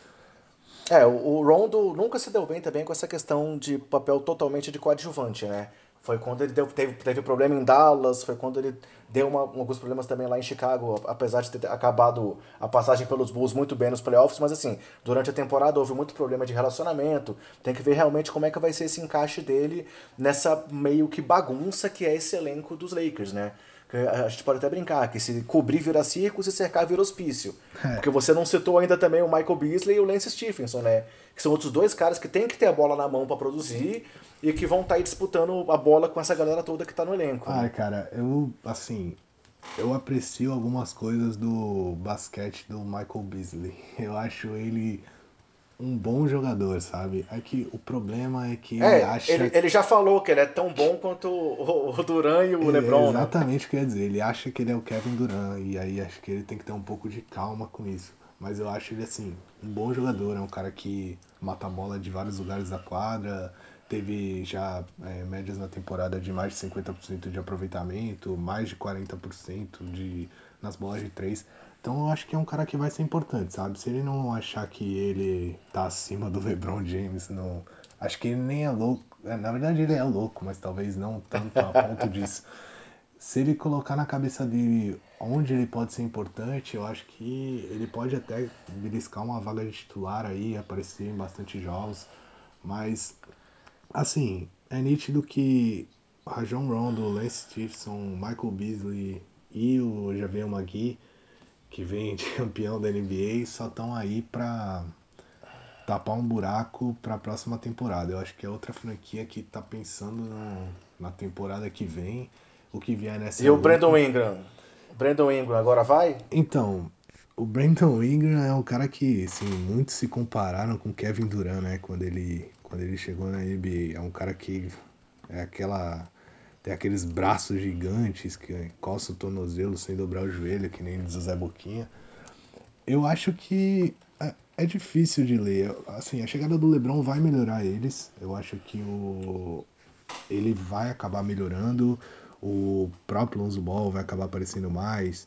É, o, o Rondo nunca se deu bem também com essa questão de papel totalmente de coadjuvante, né? Foi quando ele deu, teve, teve problema em Dallas, foi quando ele deu uma- alguns problemas também lá em Chicago, apesar de ter acabado a passagem pelos Bulls muito bem nos playoffs, mas assim, durante a temporada houve muito problema de relacionamento, tem que ver realmente como é que vai ser esse encaixe dele nessa meio que bagunça que é esse elenco dos Lakers, né? Que a gente pode até brincar que se cobrir vira circo, se cercar vira hospício. Porque É. você não citou ainda também o Michael Beasley e o Lance Stephenson, né? Que são outros dois caras que têm que ter a bola na mão para produzir e que vão estar aí disputando a bola com essa galera toda que tá no elenco, Ai, né? cara, eu, assim, eu aprecio algumas coisas do basquete do Michael Beasley. Eu acho ele um bom jogador, sabe? É que o problema é que ele É, ele, acha. ele já falou que ele é tão bom quanto o, o Duran e o É LeBron, né? exatamente o que eu ia dizer. Ele acha que ele é o Kevin Durant e aí acho que ele tem que ter um pouco de calma com isso. Mas eu acho ele assim, um bom jogador, é um cara que mata a bola de vários lugares da quadra, teve já é, médias na temporada de mais de cinquenta por cento de aproveitamento, mais de quarenta por cento de, nas bolas de três. Então eu acho que é um cara que vai ser importante, sabe? Se ele não achar que ele tá acima do LeBron James, não, acho que ele nem é louco. É, na verdade ele é louco, mas talvez não tanto a ponto disso. Se ele colocar na cabeça dele onde ele pode ser importante, eu acho que ele pode até beliscar uma vaga de titular aí, aparecer em bastante jogos. Mas, assim, é nítido que Rajon Rondo, Lance Stephenson, Michael Beasley e o Javier Magui, que vem de campeão da N B A, só estão aí pra tapar um buraco para a próxima temporada. Eu acho que é outra franquia que está pensando no, na temporada que vem. O que vier nessa E é o Brandon lucro. Ingram? O Brandon Ingram agora vai? Então, o Brandon Ingram é um cara que, assim, muitos se compararam com Kevin Durant, né? Quando ele, quando ele chegou na N B A. É um cara que é aquela... Tem aqueles braços gigantes que coça o tornozelo sem dobrar o joelho, que nem diz o Zé Boquinha. Eu acho que é, é difícil de ler. Assim, a chegada do LeBron vai melhorar eles. Eu acho que o ele vai acabar melhorando. O próprio Lonzo Ball vai acabar aparecendo mais.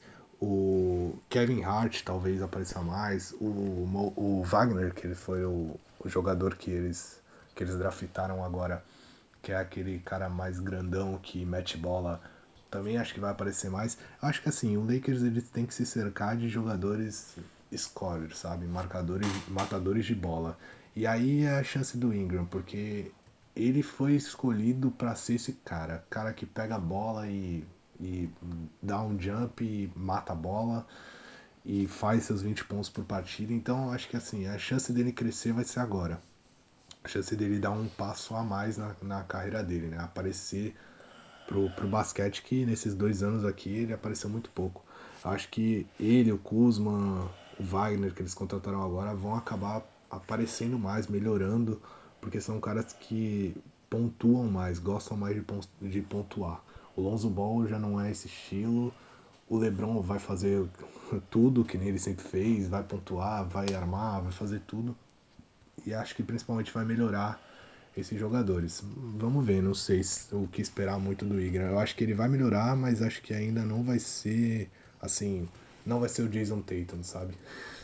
O Kevin Hart talvez apareça mais. O, o Wagner, que ele foi o, o jogador que eles que eles draftaram agora, que é aquele cara mais grandão que mete bola, também acho que vai aparecer mais. Acho que assim, o Lakers eles têm que se cercar de jogadores scorers, sabe? Marcadores, matadores de bola. E aí é a chance do Ingram, porque ele foi escolhido para ser esse cara, cara que pega a bola e, e dá um jump e mata a bola e faz seus vinte pontos por partida. Então acho que assim, a chance dele crescer vai ser agora. A chance dele dar um passo a mais na, na carreira dele, né? Aparecer pro, pro basquete, que nesses dois anos aqui ele apareceu muito pouco. Acho que ele, o Kuzma, o Wagner, que eles contrataram agora, vão acabar aparecendo mais, melhorando, porque são caras que pontuam mais, gostam mais de, de pontuar. O Lonzo Ball já não é esse estilo. O LeBron vai fazer tudo que nem ele sempre fez, vai pontuar, vai armar, vai fazer tudo. E acho que principalmente vai melhorar esses jogadores. Vamos ver, não sei se- o que esperar muito do Ingram. Eu acho que ele vai melhorar, mas acho que ainda não vai ser, assim, não vai ser o Jason Tatum, sabe?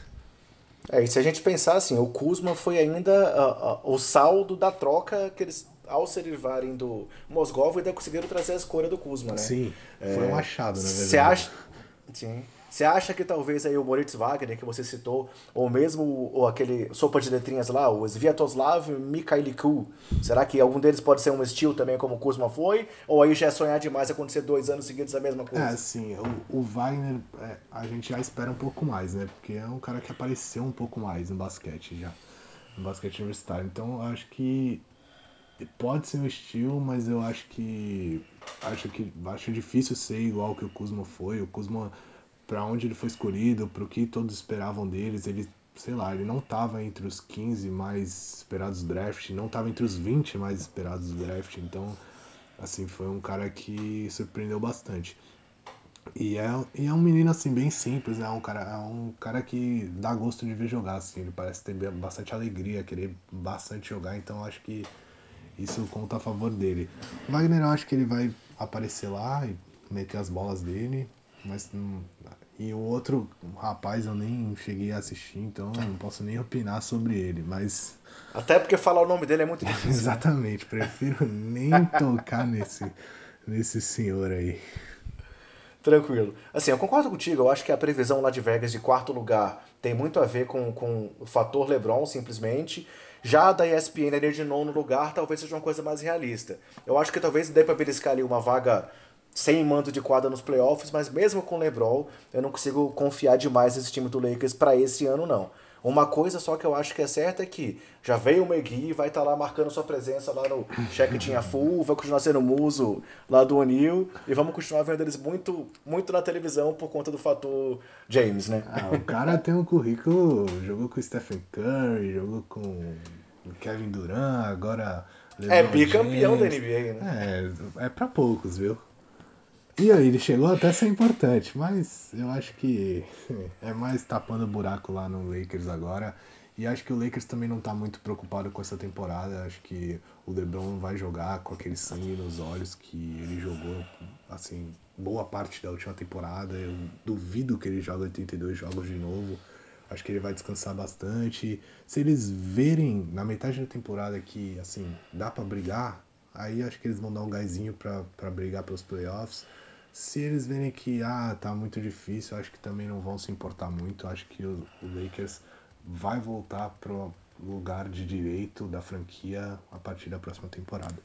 É, e se a gente pensar assim, o Kuzma foi ainda ah, ah, o saldo da troca que eles, ao se derivarem do Mozgov, ainda conseguiram trazer a escolha do Kuzma, né? Sim, foi um achado, na Você verdade. acha, sim. Você acha que talvez aí o Moritz Wagner, que você citou, ou mesmo o, o aquele sopa de letrinhas lá, o Sviatoslav Mikhailiuk, será que algum deles pode ser um estilo também como o Kuzma foi? Ou aí já é sonhar demais acontecer dois anos seguidos a mesma É, coisa? assim, o, o Wagner, é, a gente já espera um pouco mais, né? Porque é um cara que apareceu um pouco mais no basquete já, no basquete universitário. Então, eu acho que pode ser um estilo, mas eu acho que acho que acho difícil ser igual que o Kuzma foi. O Kuzma, para onde ele foi escolhido, para o que todos esperavam deles, ele, sei lá, ele não estava entre os quinze mais esperados do draft, não estava entre os vinte mais esperados do draft. Então, assim, foi um cara que surpreendeu bastante. E é, e é um menino assim bem simples, né? É um cara, é um cara que dá gosto de ver jogar, assim. Ele parece ter bastante alegria, querer bastante jogar, então acho que isso conta a favor dele. O Wagner, eu acho que ele vai aparecer lá e meter as bolas dele, mas hum, e o outro rapaz eu nem cheguei a assistir, então eu não posso nem opinar sobre ele, mas Até porque falar o nome dele é muito difícil, né? exatamente, prefiro nem tocar nesse nesse senhor aí. Tranquilo. Assim, eu concordo contigo. Eu acho que a previsão lá de Vegas de quarto lugar tem muito a ver com, com o fator LeBron, simplesmente. Já a da E S P N ali de nono lugar talvez seja uma coisa mais realista. Eu acho que talvez dê pra beliscar ali uma vaga sem mando de quadra nos playoffs, mas mesmo com o LeBron, eu não consigo confiar demais nesse time do Lakers para esse ano, não. Uma coisa só que eu acho que é certa é que já veio o McGee, vai estar lá marcando sua presença lá no cheque tinha full, vai continuar sendo muso lá do O'Neal e vamos continuar vendo eles muito, muito na televisão por conta do fator James, né? Ah, o cara tem um currículo, jogou com o Stephen Curry, jogou com o Kevin Durant, agora É LeBron bicampeão da James. N B A, né? É, é pra poucos, viu? E aí, ele chegou até a ser importante, mas eu acho que é mais tapando buraco lá no Lakers agora. E acho que o Lakers também não tá muito preocupado com essa temporada. Acho que o LeBron vai jogar com aquele sangue nos olhos que ele jogou, assim, boa parte da última temporada. Eu duvido que ele jogue oitenta e dois jogos de novo. Acho que ele vai descansar bastante. Se eles verem na metade da temporada que, assim, dá pra brigar, aí acho que eles vão dar um gásinho pra, pra brigar pelos playoffs. Se eles verem que ah, tá muito difícil, acho que também não vão se importar muito. Acho que o, o Lakers vai voltar pro lugar de direito da franquia a partir da próxima temporada.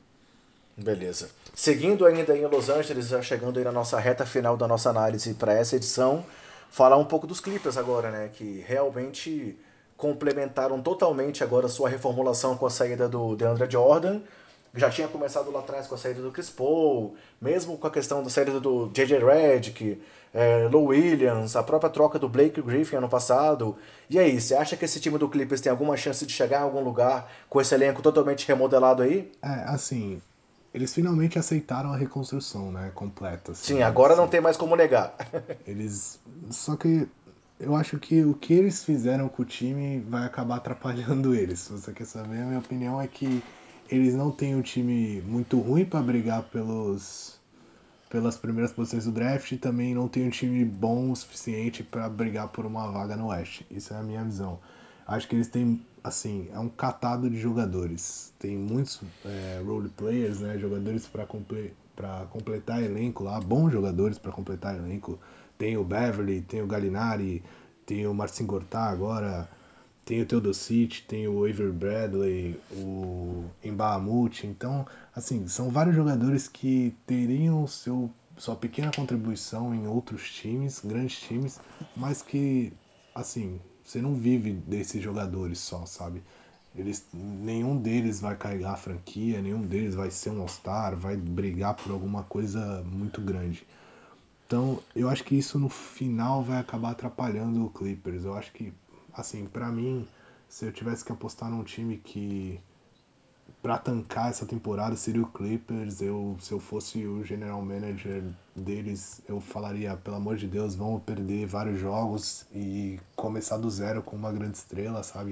Beleza. Seguindo ainda em Los Angeles, já chegando aí na nossa reta final da nossa análise para essa edição, falar um pouco dos Clippers agora, né? Que realmente complementaram totalmente agora a sua reformulação com a saída do DeAndre Jordan. Já tinha começado lá atrás com a saída do Chris Paul, mesmo com a questão da saída do J J Redick, é, Lou Williams, a própria troca do Blake Griffin ano passado. E aí, você acha que esse time do Clippers tem alguma chance de chegar em algum lugar com esse elenco totalmente remodelado aí? É, assim, eles finalmente aceitaram a reconstrução, né, completa, Sim, assim, agora não assim. tem mais como negar. Eles, só que eu acho que o que eles fizeram com o time vai acabar atrapalhando eles. Se você quer saber, a minha opinião é que eles não têm um time muito ruim para brigar pelos pelas primeiras posições do draft e também não tem um time bom o suficiente para brigar por uma vaga no Oeste. Isso é a minha visão. Acho que eles têm, assim, é um catado de jogadores. Tem muitos é, role players, né, jogadores para comple para completar elenco lá, bons jogadores para completar elenco. Tem o Beverly, tem o Gallinari, tem o Marcin Gortat agora, tem o Teodosic, tem o Avery Bradley, o Mbamute. Então, assim, são vários jogadores que teriam seu, sua pequena contribuição em outros times, grandes times, mas que, assim, você não vive desses jogadores só, sabe? Eles, nenhum deles vai carregar a franquia, nenhum deles vai ser um All-Star, vai brigar por alguma coisa muito grande. Então, eu acho que isso no final vai acabar atrapalhando o Clippers. Eu acho que, assim, pra mim, se eu tivesse que apostar num time que pra tancar essa temporada seria o Clippers, eu, se eu fosse o general manager deles, eu falaria, pelo amor de Deus, vamos perder vários jogos e começar do zero com uma grande estrela, sabe?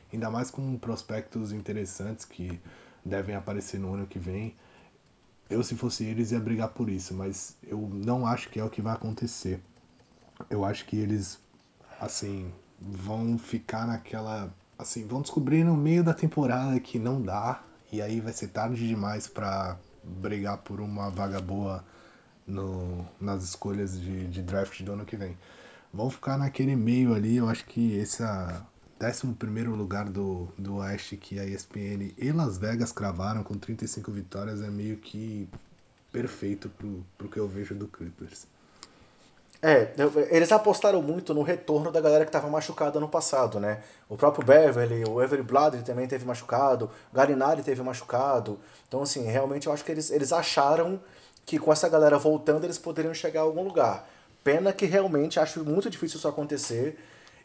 ainda mais com prospectos interessantes que devem aparecer no ano que vem. Eu, se fosse eles, ia brigar por isso, mas eu não acho que é o que vai acontecer. Eu acho que eles, assim, vão ficar naquela. Assim, vão descobrir no meio da temporada que não dá, e aí vai ser tarde demais pra brigar por uma vaga boa no, nas escolhas de, de draft do ano que vem. Vão ficar naquele meio ali, eu acho que esse décimo primeiro lugar do, do Oeste que a E S P N e Las Vegas cravaram com trinta e cinco vitórias é meio que perfeito pro, pro que eu vejo do Clippers. É, eles apostaram muito no retorno da galera que estava machucada no passado, né? O próprio Beverly, o Avery Bradley também teve machucado, o Gallinari teve machucado. Então, assim, realmente eu acho que eles, eles acharam que com essa galera voltando eles poderiam chegar a algum lugar. Pena que realmente acho muito difícil isso acontecer.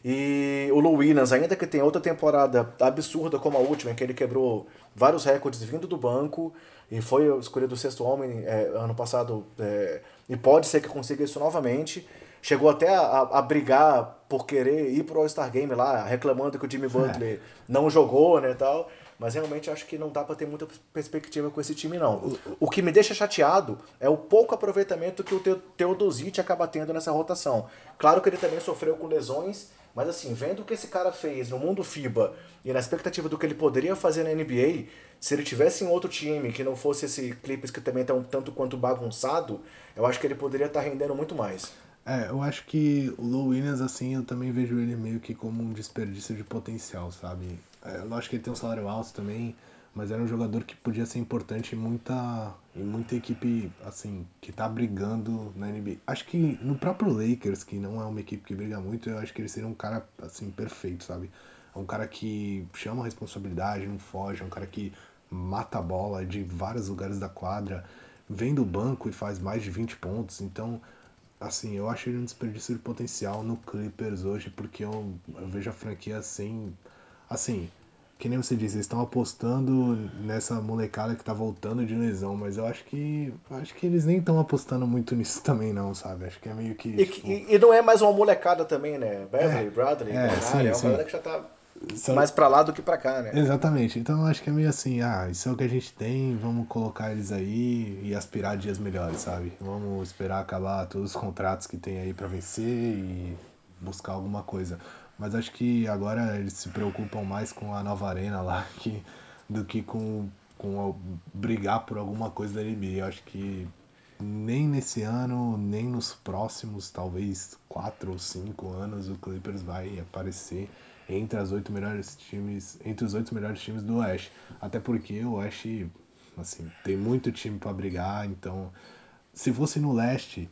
E o Lou Williams, ainda que tenha outra temporada absurda como a última, em que ele quebrou vários recordes vindo do banco e foi escolhido o sexto homem é, ano passado, é, e pode ser que consiga isso novamente. Chegou até a, a, a brigar por querer ir pro All-Star Game lá, reclamando que o Jimmy Butler não jogou, né, tal. Mas realmente acho que não dá para ter muita perspectiva com esse time, não. O que me deixa chateado é o pouco aproveitamento que o Teodosic acaba tendo nessa rotação. Claro que ele também sofreu com lesões, mas assim, vendo o que esse cara fez no mundo FIBA e na expectativa do que ele poderia fazer na N B A, se ele tivesse em outro time que não fosse esse Clippers que também tá um tanto quanto bagunçado, eu acho que ele poderia estar rendendo muito mais. É, eu acho que o Low Williams, assim, eu também vejo ele meio que como um desperdício de potencial, sabe? É, lógico que ele tem um salário alto também, mas era um jogador que podia ser importante em muita, em muita equipe, assim, que tá brigando na N B A. Acho que no próprio Lakers, que não é uma equipe que briga muito, eu acho que ele seria um cara, assim, perfeito, sabe? É um cara que chama a responsabilidade, não foge, é um cara que mata a bola de vários lugares da quadra, vem do banco e faz mais de vinte pontos, então assim, eu acho ele um desperdício de potencial no Clippers hoje, porque eu, eu vejo a franquia sem. Assim, que nem você disse, eles estão apostando nessa molecada que tá voltando de lesão, mas eu acho que. Acho que eles nem estão apostando muito nisso também, não, sabe? Acho que é meio que, E, tipo. e, e não é mais uma molecada também, né? É, Beverly, Bradley, é, Gallinari, sim, é uma sim. galera que já tá Só, mais pra lá do que pra cá, né? exatamente. Então eu acho que é meio assim, ah, isso é o que a gente tem, vamos colocar eles aí e aspirar dias melhores, sabe? Vamos esperar acabar todos os contratos que tem aí pra vencer e buscar alguma coisa. Mas acho que agora eles se preocupam mais com a nova arena lá que, do que com, com a- brigar por alguma coisa da N B A. Eu acho que nem nesse ano, nem nos próximos, talvez quatro ou cinco anos, o Clippers vai aparecer entre as oito melhores times, entre os oito melhores times do Oeste. Até porque o Oeste, assim, tem muito time para brigar, então se fosse no Leste,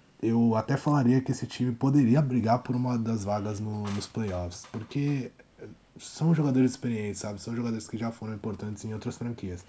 eu até falaria que esse time poderia brigar por uma das vagas no, nos playoffs, porque são jogadores experientes, sabe? São jogadores que já foram importantes em outras franquias.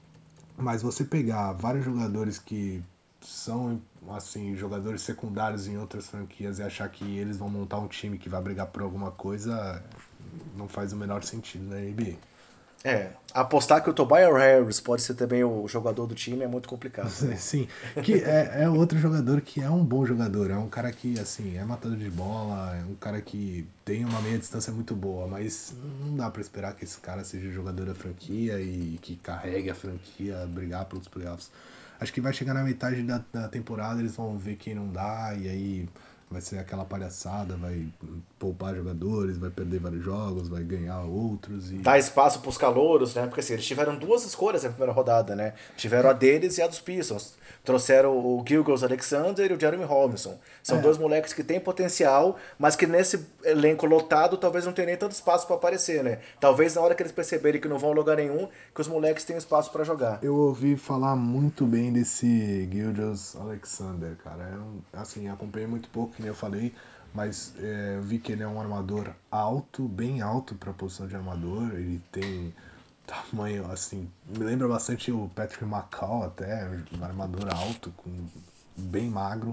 Mas você pegar vários jogadores que são assim jogadores secundários em outras franquias e achar que eles vão montar um time que vai brigar por alguma coisa não faz o menor sentido na N B A. É, apostar que o Tobias Harris pode ser também o jogador do time é muito complicado, né? Sim, que é, é outro jogador que é um bom jogador, é um cara que, assim, é matador de bola, é um cara que tem uma meia distância muito boa, mas não dá pra esperar que esse cara seja jogador da franquia e que carregue a franquia a brigar pelos playoffs. Acho que vai chegar na metade da, da temporada, eles vão ver quem não dá, e aí vai ser aquela palhaçada, vai poupar jogadores, vai perder vários jogos, vai ganhar outros e Dar espaço pros calouros, né? Porque assim, eles tiveram duas escolhas na primeira rodada, né? Tiveram a deles e a dos Pistons. Trouxeram o Gilgeous Alexander e o Jeremy Robinson. São é, dois moleques que têm potencial, mas que nesse elenco lotado talvez não tenha nem tanto espaço para aparecer, né? Talvez na hora que eles perceberem que não vão a lugar nenhum, que os moleques tenham espaço para jogar. eu ouvi falar muito bem desse Gilgeous Alexander, cara. É um, assim, acompanhei muito pouco, que nem eu falei, mas é, eu vi que ele é um armador alto, bem alto para a posição de armador. Ele tem tamanho, assim, me lembra bastante o Patrick McCall até, um armador alto, com, bem magro,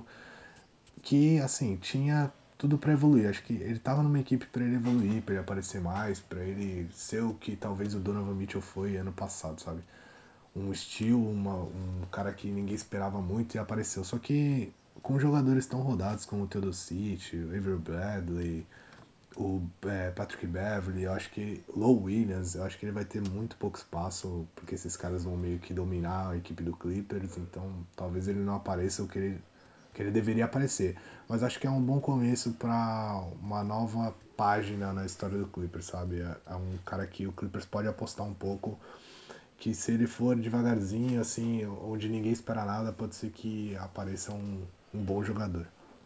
que, assim, tinha tudo para evoluir. Acho que ele tava numa equipe para ele evoluir, para ele aparecer mais, para ele ser o que talvez o Donovan Mitchell foi ano passado, sabe? Um estilo, uma, um cara que ninguém esperava muito e apareceu. Só que com jogadores tão rodados como o Teodosic, o Avery Bradley, o é, Patrick Beverley, eu acho que Low Williams, eu acho que ele vai ter muito pouco espaço, porque esses caras vão meio que dominar a equipe do Clippers, então talvez ele não apareça o que ele, que ele deveria aparecer. Mas acho que é um bom começo para uma nova página na história do Clippers, sabe? É, é um cara que o Clippers pode apostar um pouco, que se ele for devagarzinho, assim, onde ninguém espera nada, pode ser que apareça um, um bom jogador.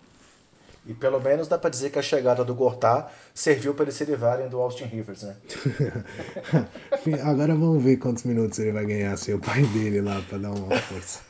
E pelo menos dá pra dizer que a chegada do Gortat serviu para eles se livrarem do Austin Rivers, né? Enfim, agora vamos ver quantos minutos ele vai ganhar sem o pai dele lá pra dar uma força.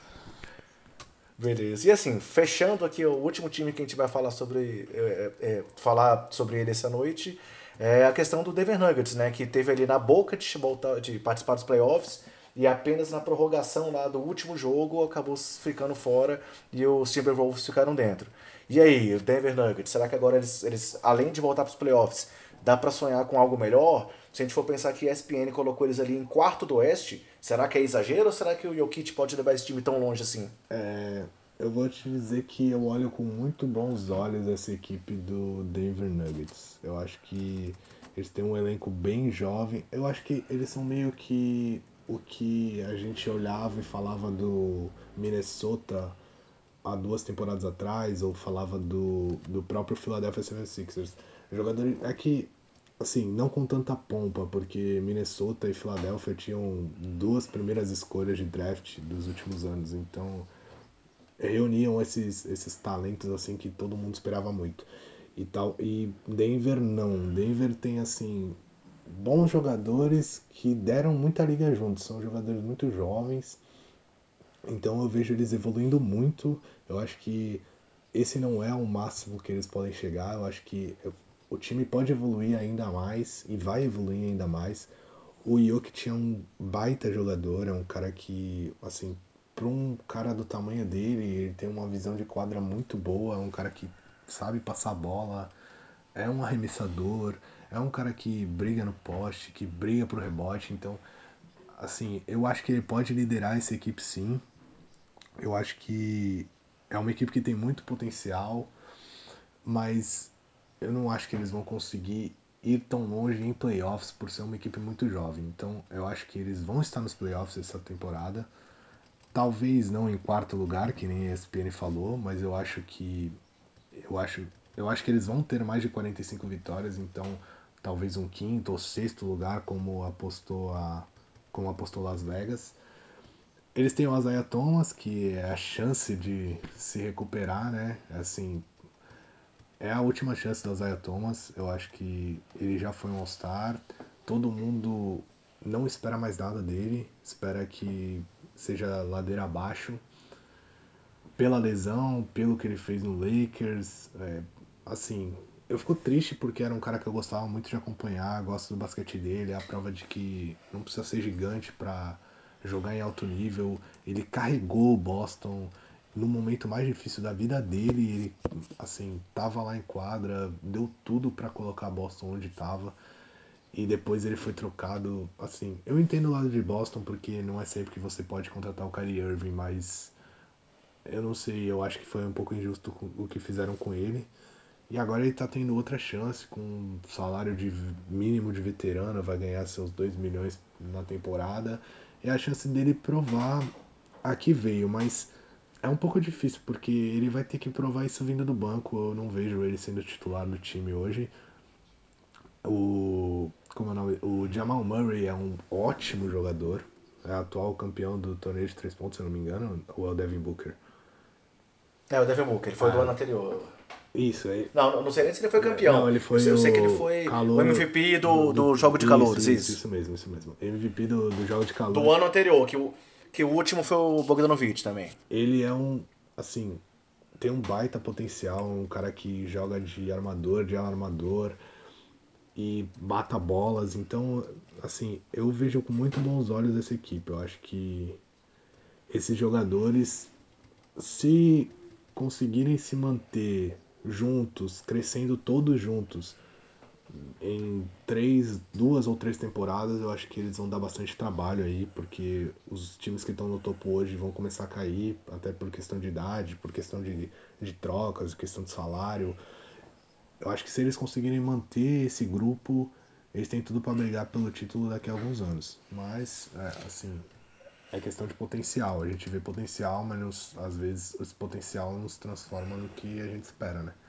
Beleza. E assim, fechando aqui o último time que a gente vai falar sobre, é, é, é, falar sobre ele essa noite, é a questão do Denver Nuggets, né? Que teve ali na boca de, voltar, de participar dos playoffs e apenas na prorrogação lá do último jogo acabou ficando fora e os Timberwolves ficaram dentro. E aí, o Denver Nuggets, será que agora eles, eles além de voltar para os playoffs, dá para sonhar com algo melhor? Se a gente for pensar que a E S P N colocou eles ali em quarto do Oeste, será que é exagero ou será que o Jokic pode levar esse time tão longe assim? É, eu vou te dizer que eu olho com muito bons olhos essa equipe do Denver Nuggets. Eu acho que eles têm um elenco bem jovem. Eu acho que eles são meio que o que a gente olhava e falava do Minnesota há duas temporadas atrás, ou falava do, do próprio Philadelphia setenta e seis ers. Jogador é que, assim, não com tanta pompa, porque Minnesota e Philadelphia tinham duas primeiras escolhas de draft dos últimos anos, então reuniam esses, esses talentos assim que todo mundo esperava muito e tal. E Denver não. Denver tem assim bons jogadores que deram muita liga juntos. São jogadores muito jovens. Então eu vejo eles evoluindo muito. Eu acho que esse não é o máximo que eles podem chegar. Eu acho que o time pode evoluir ainda mais e vai evoluir ainda mais. O Jokic é um baita jogador, é um cara que, assim, para um cara do tamanho dele, ele tem uma visão de quadra muito boa, é um cara que sabe passar bola, é um arremessador, é um cara que briga no poste, que briga pro rebote, então, assim, eu acho que ele pode liderar essa equipe sim. Eu acho que é uma equipe que tem muito potencial, mas eu não acho que eles vão conseguir ir tão longe em playoffs por ser uma equipe muito jovem. Então eu acho que eles vão estar nos playoffs essa temporada. Talvez não em quarto lugar, que nem a E S P N falou, mas eu acho que eu acho eu acho que eles vão ter mais de quarenta e cinco vitórias, então talvez um quinto ou sexto lugar, como apostou a como apostou Las Vegas. Eles têm o Isaiah Thomas, que é a chance de se recuperar, né? Assim, é a última chance do Isaiah Thomas. Eu acho que ele já foi um All-Star. Todo mundo não espera mais nada dele. Espera que seja ladeira abaixo. Pela lesão, pelo que ele fez no Lakers. É, assim, eu fico triste porque era um cara que eu gostava muito de acompanhar. Gosto do basquete dele. É a prova de que não precisa ser gigante para jogar em alto nível. Ele carregou o Boston no momento mais difícil da vida dele. Ele, assim, tava lá em quadra, deu tudo para colocar Boston onde tava. E depois ele foi trocado. Assim, eu entendo o lado de Boston porque não é sempre que você pode contratar o Kyrie Irving, mas eu não sei, eu acho que foi um pouco injusto o que fizeram com ele. E agora ele tá tendo outra chance com um salário de mínimo de veterano, vai ganhar seus dois milhões na temporada. É a chance dele provar a que veio, mas é um pouco difícil porque ele vai ter que provar isso vindo do banco. Eu não vejo ele sendo titular do time hoje. O como é o nome? O Jamal Murray é um ótimo jogador. É atual campeão do torneio de três pontos, se eu não me engano, ou é o Devin Booker? É, o Devin Booker, ele foi do Ah, ano anterior. isso, é. Não, não sei nem se ele foi Não, campeão. ele Eu foi sei, eu sei que ele o foi o calor M V P do, do, do. do jogo de Isso, calouros, isso, isso. isso mesmo, isso mesmo. M V P do, do jogo de calor. Do ano anterior, que o, que o último foi o Bogdanovich também. Ele é um. Assim, tem um baita potencial, um cara que joga de armador, de armador e mata bolas. Então, assim, eu vejo com muito bons olhos essa equipe. Eu acho que esses jogadores, se conseguirem se manter juntos, crescendo todos juntos, em três, duas ou três temporadas, eu acho que eles vão dar bastante trabalho aí, porque os times que estão no topo hoje vão começar a cair, até por questão de idade, por questão de, de trocas, questão de salário. eu acho que se eles conseguirem manter esse grupo, eles têm tudo para brigar pelo título daqui a alguns anos. Mas, é, assim, é questão de potencial. A gente vê potencial, mas nos- às vezes esse potencial não se transforma no que a gente espera, né?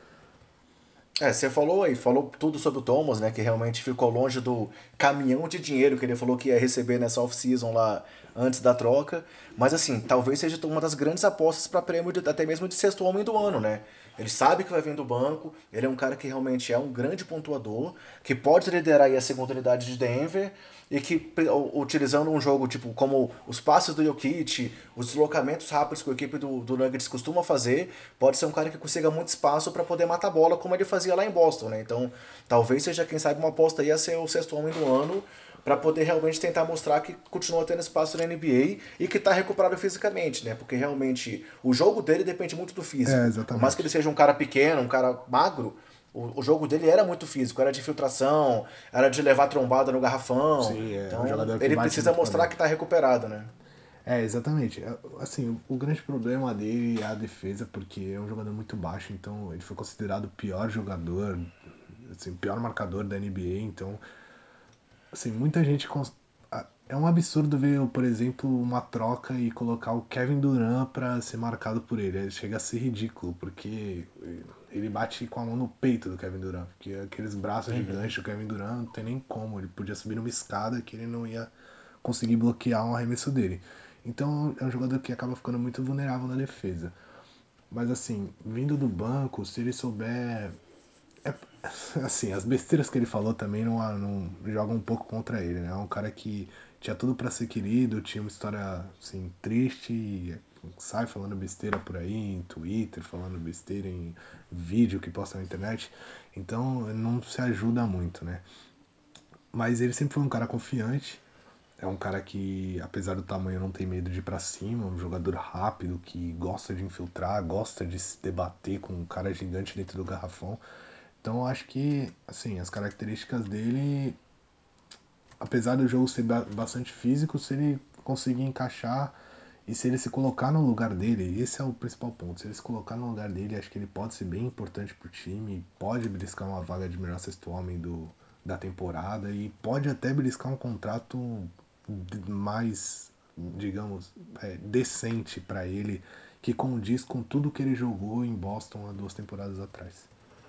É, você falou aí, falou tudo sobre o Thomas, né? Que realmente ficou longe do caminhão de dinheiro que ele falou que ia receber nessa off-season lá antes da troca. Mas assim, talvez seja uma das grandes apostas para prêmio de- até mesmo de sexto homem do ano, né? Ele sabe que vai vir do banco, ele é um cara que realmente é um grande pontuador, que pode liderar aí a segunda unidade de Denver e que pe- u- utilizando um jogo tipo como os passes do Jokic, os deslocamentos rápidos que a equipe do, do Nuggets costuma fazer, pode ser um cara que consiga muito espaço para poder matar a bola como ele fazia lá em Boston, né? Então, talvez seja quem sabe uma aposta aí a ser o sexto homem do ano para poder realmente tentar mostrar que continua tendo espaço na N B A e que está recuperado fisicamente, né? Porque realmente o jogo dele depende muito do É, físico. Por mais que ele exatamente. seja um cara pequeno, um cara magro, o, o jogo dele era muito físico, era de infiltração, era de levar trombada no garrafão. Sim, é um Então jogador que ele bate precisa muito pra mostrar que dentro. está recuperado, né? É, exatamente. É, assim, o grande problema dele é a defesa, porque é um jogador muito baixo, então ele foi considerado o pior jogador, assim, o pior marcador da N B A, então, assim, muita gente cons- a- é um absurdo ver, por exemplo, uma troca e colocar o Kevin Durant pra ser marcado por ele. É, chega a ser ridículo, porque ele bate com a mão no peito do Kevin Durant, porque aqueles braços gigantes do Kevin Durant não tem nem como, ele podia subir numa escada que ele não ia conseguir bloquear um arremesso dele. Então é um jogador que acaba ficando muito vulnerável na defesa. Mas assim, vindo do banco, se ele souber. É, assim, as besteiras que ele falou também não, não jogam um pouco contra ele, né? É um cara que tinha tudo pra ser querido, tinha uma história assim, triste, e sai falando besteira por aí em Twitter, falando besteira em vídeo que posta na internet. Então não se ajuda muito, né? Mas ele sempre foi um cara confiante. É um cara que, apesar do tamanho, não tem medo de ir pra cima, um jogador rápido que gosta de infiltrar, gosta de se debater com um cara gigante dentro do garrafão. Então eu acho que, assim, as características dele, apesar do jogo ser bastante físico, se ele conseguir encaixar e se ele se colocar no lugar dele, esse é o principal ponto. Se ele se colocar no lugar dele, acho que ele pode ser bem importante pro time, pode beliscar uma vaga de melhor sexto homem do, da temporada e pode até beliscar um contrato mais, digamos, é, decente para ele, que condiz com tudo que ele jogou em Boston há duas temporadas atrás.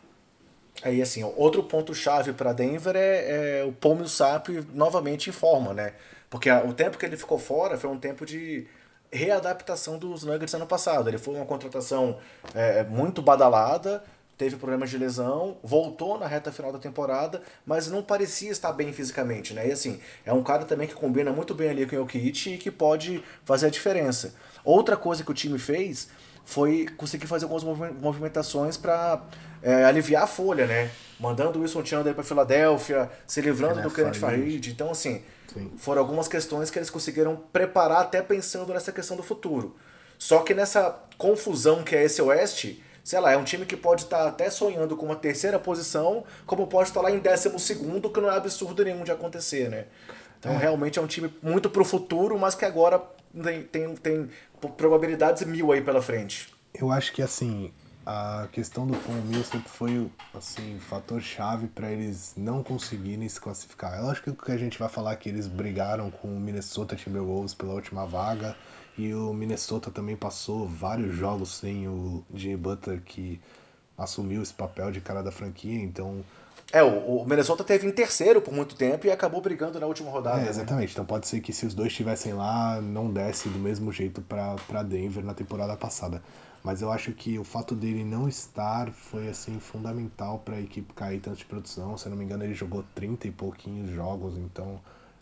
Aí, assim, outro ponto-chave para Denver é, é o Paul Millsap novamente em forma, né? Porque a- o tempo que ele ficou fora foi um tempo de readaptação dos Nuggets ano passado. Ele foi uma contratação é, muito badalada, teve problemas de lesão, voltou na reta final da temporada, mas não parecia estar bem fisicamente, né? E assim, é um cara também que combina muito bem ali com o Jokic e que pode fazer a diferença. Outra coisa que o time fez foi conseguir fazer algumas movimentações para é, aliviar a folha, né? Mandando o Wilson Chandler para Filadélfia, se livrando do Kenneth Kenneth Farid, Farid. Então, assim, sim. foram algumas questões que eles conseguiram preparar até pensando nessa questão do futuro. Só que nessa confusão que é esse Oeste, sei lá, é um time que pode estar até sonhando com uma terceira posição, como pode estar lá em décimo segundo, que não é absurdo nenhum de acontecer, né? Então É, realmente é um time muito pro futuro, mas que agora tem, tem, tem probabilidades mil aí pela frente. eu acho que assim, a questão do Paul Millsap foi assim, fator chave para eles não conseguirem se classificar. É lógico que a gente vai falar que eles brigaram com o Minnesota Timberwolves pela última vaga e o Minnesota também passou vários jogos sem o Jimmy Butler que assumiu esse papel de cara da franquia, então É, o, o Minnesota teve em terceiro por muito tempo e acabou brigando na última é, rodada, né? exatamente. Então pode ser que se os dois estivessem lá, não desse do mesmo jeito pra, pra Denver na temporada passada. Mas eu acho que o fato dele não estar foi assim fundamental para a equipe cair tanto de produção. Se eu não me engano, ele jogou trinta e pouquinhos jogos, então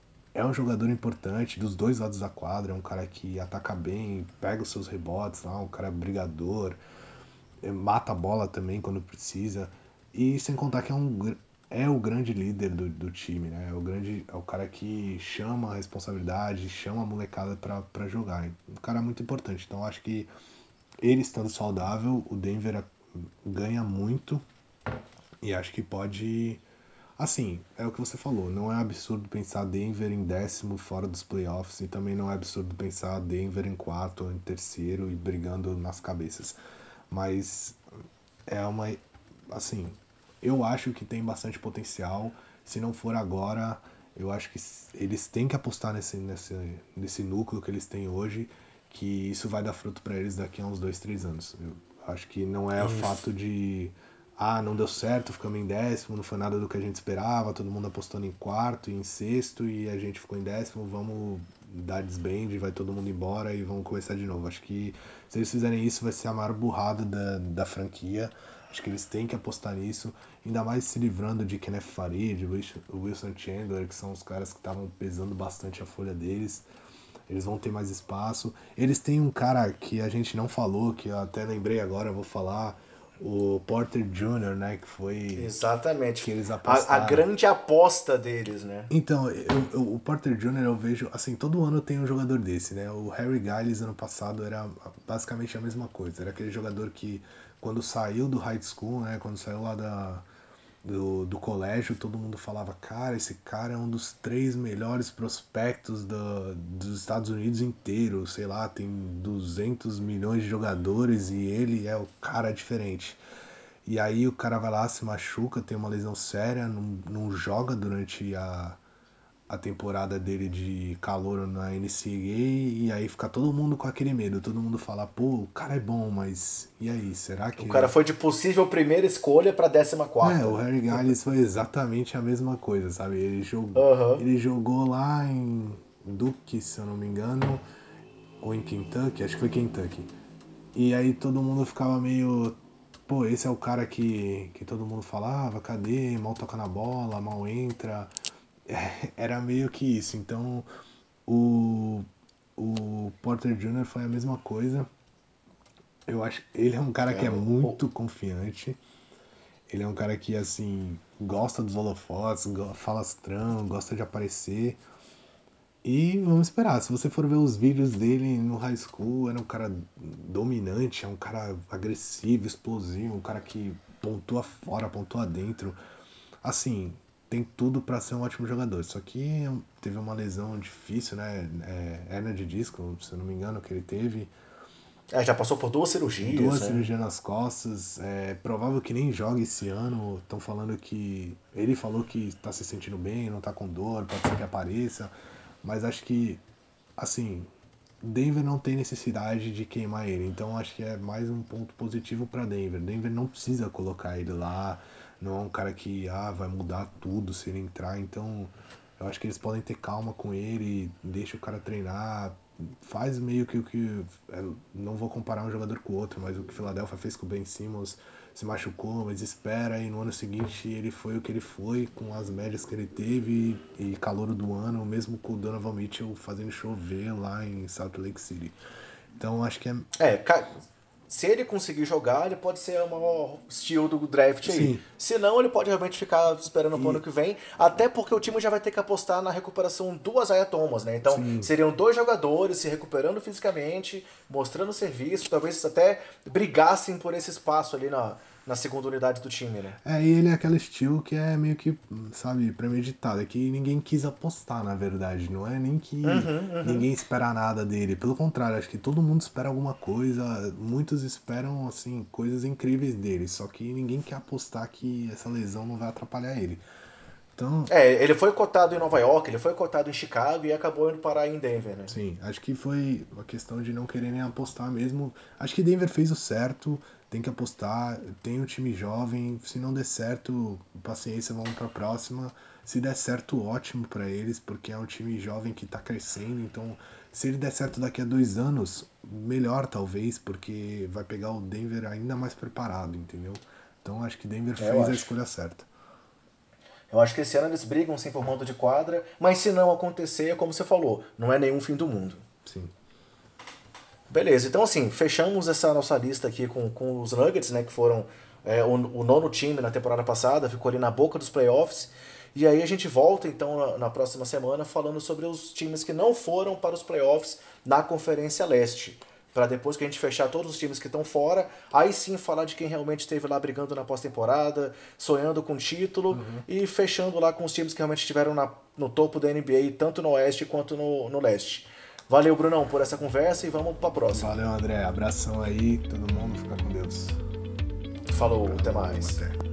é um jogador importante dos dois lados da quadra, é um cara que ataca bem, pega os seus rebotes, lá, um cara brigador, eh, mata a bola também quando precisa. E sem contar que é um é o grande líder do, do time, né? É o grande é o cara que chama a responsabilidade, chama a molecada pra, pra jogar. Um cara muito importante. Então acho que ele estando saudável, o Denver ganha muito e acho que pode. Assim, é o que você falou, não é absurdo pensar Denver em décimo fora dos playoffs e também não é absurdo pensar Denver em quarto ou em terceiro e brigando nas cabeças. Mas é uma. Assim, Eu acho que tem bastante potencial. Se não for agora, eu acho que eles têm que apostar nesse, nesse, nesse núcleo que eles têm hoje, que isso vai dar fruto para eles daqui a uns dois, três anos. Eu acho que não é o Isso. fato de, ah, não deu certo, ficamos em décimo, não foi nada do que a gente esperava, todo mundo apostando em quarto e em sexto e a gente ficou em décimo, vamos dar desband, vai todo mundo embora e vamos começar de novo. Acho que se eles fizerem isso vai ser a maior burrada da, da franquia. Acho que eles têm que apostar nisso, ainda mais se livrando de Kenneth Farid, Wilson Chandler, que são os caras que estavam pesando bastante a folha deles. Eles vão ter mais espaço. Eles têm um cara que a gente não falou, que eu até lembrei agora, eu vou falar, o Porter Júnior, né, que foi Exatamente. que eles A, a apostaram. grande aposta deles, né? Então, eu, eu, o Porter Júnior eu vejo, assim, todo ano tem um jogador desse, né? O Harry Giles ano passado era basicamente a mesma coisa. Era aquele jogador que, quando saiu do high school, né? Quando saiu lá da, do, do colégio, todo mundo falava, cara, esse cara é um dos três melhores prospectos do, dos Estados Unidos inteiro. Sei lá, tem duzentos milhões de jogadores e ele é o cara diferente. E aí o cara vai lá, se machuca, tem uma lesão séria, não, não joga durante a, a temporada dele de calouro na N C A A e aí fica todo mundo com aquele medo, todo mundo fala, pô, o cara é bom, mas e aí, será O cara que... foi de possível primeira escolha pra décima É, quarta, o né? Harry Giles foi exatamente a mesma coisa, sabe? Ele jogou, Aham. Uhum. ele jogou lá em Duke, se eu não me engano, ou em Kentucky, acho que foi Kentucky. E aí todo mundo ficava meio, pô, esse é o cara que, que todo mundo falava, cadê? Mal toca na bola, mal entra. Era meio que isso. Então o, o Porter Júnior foi a mesma coisa. Eu acho ele é um cara É, que é o, o- muito confiante. Ele é um cara que assim gosta dos holofotes, go- falastrão, gosta de aparecer. E vamos esperar. Se você for ver os vídeos dele no high school, era um cara dominante, é um cara agressivo, explosivo, um cara que pontua fora, pontua dentro. Assim, tem tudo pra ser um ótimo jogador. Só que teve uma lesão difícil, né? É, hernia de disco, se eu não me engano, que ele teve. é, já passou por duas cirurgias, Duas né? cirurgias nas costas. É provável que nem jogue esse ano. Estão falando que. Ele falou que tá se sentindo bem, não tá com dor, pode ser que apareça. Mas acho que, assim, Denver não tem necessidade de queimar ele, então acho que é mais um ponto positivo para Denver. Denver não precisa colocar ele lá, não é um cara que ah, vai mudar tudo se ele entrar, então eu acho que eles podem ter calma com ele, deixa o cara treinar, faz meio que o que. Não vou comparar um jogador com o outro, mas o que o Philadelphia fez com o Ben Simmons, se machucou, mas espera e no ano seguinte ele foi o que ele foi, com as médias que ele teve e calor do ano, mesmo com o Donovan Mitchell fazendo chover lá em Salt Lake City. Então acho que é. É, ca- se ele conseguir jogar, ele pode ser o maior estilo do draft aí. Sim, Se não, ele pode realmente ficar esperando pro ano e que vem, até porque o time já vai ter que apostar na recuperação do Isaiah Thomas, né? Então, sim. seriam dois jogadores se recuperando fisicamente, mostrando serviço, talvez até brigassem por esse espaço ali na, na segunda unidade do time, né? É, e ele é aquele estilo que é meio que, sabe, premeditado. É que ninguém quis apostar, na verdade. Não é nem que Uhum, uhum. ninguém espera nada dele. Pelo contrário, acho que todo mundo espera alguma coisa. Muitos esperam, assim, coisas incríveis dele. Só que ninguém quer apostar que essa lesão não vai atrapalhar ele. Então, É, ele foi cotado em Nova York, ele foi cotado em Chicago e acabou indo parar em Denver, né? sim, acho que foi uma questão de não quererem apostar mesmo. Acho que Denver fez o certo, tem que apostar, tem um time jovem, se não der certo, paciência, vamos para a próxima. Se der certo, ótimo para eles, porque é um time jovem que está crescendo, então se ele der certo daqui a dois anos, melhor talvez, porque vai pegar o Denver ainda mais preparado, entendeu? Então acho que Denver É, eu fez a acho. escolha certa. Eu acho que esse ano eles brigam sim por mando de quadra, mas se não acontecer, é como você falou, não é nenhum fim do mundo. Sim. Beleza, então assim, fechamos essa nossa lista aqui com, com os Nuggets, né, que foram é, o, o nono time na temporada passada, ficou ali na boca dos playoffs. E aí a gente volta então na, na próxima semana falando sobre os times que não foram para os playoffs na Conferência Leste. Para depois que a gente fechar todos os times que estão fora, aí sim falar de quem realmente esteve lá brigando na pós-temporada, sonhando com título Uhum. e fechando lá com os times que realmente estiveram na, no topo da N B A, tanto no Oeste quanto no, no Leste. Valeu, Brunão, por essa conversa e vamos para a próxima. Valeu, André. Abração aí, todo mundo, fica com Deus. Falou, até Falou, mais. até.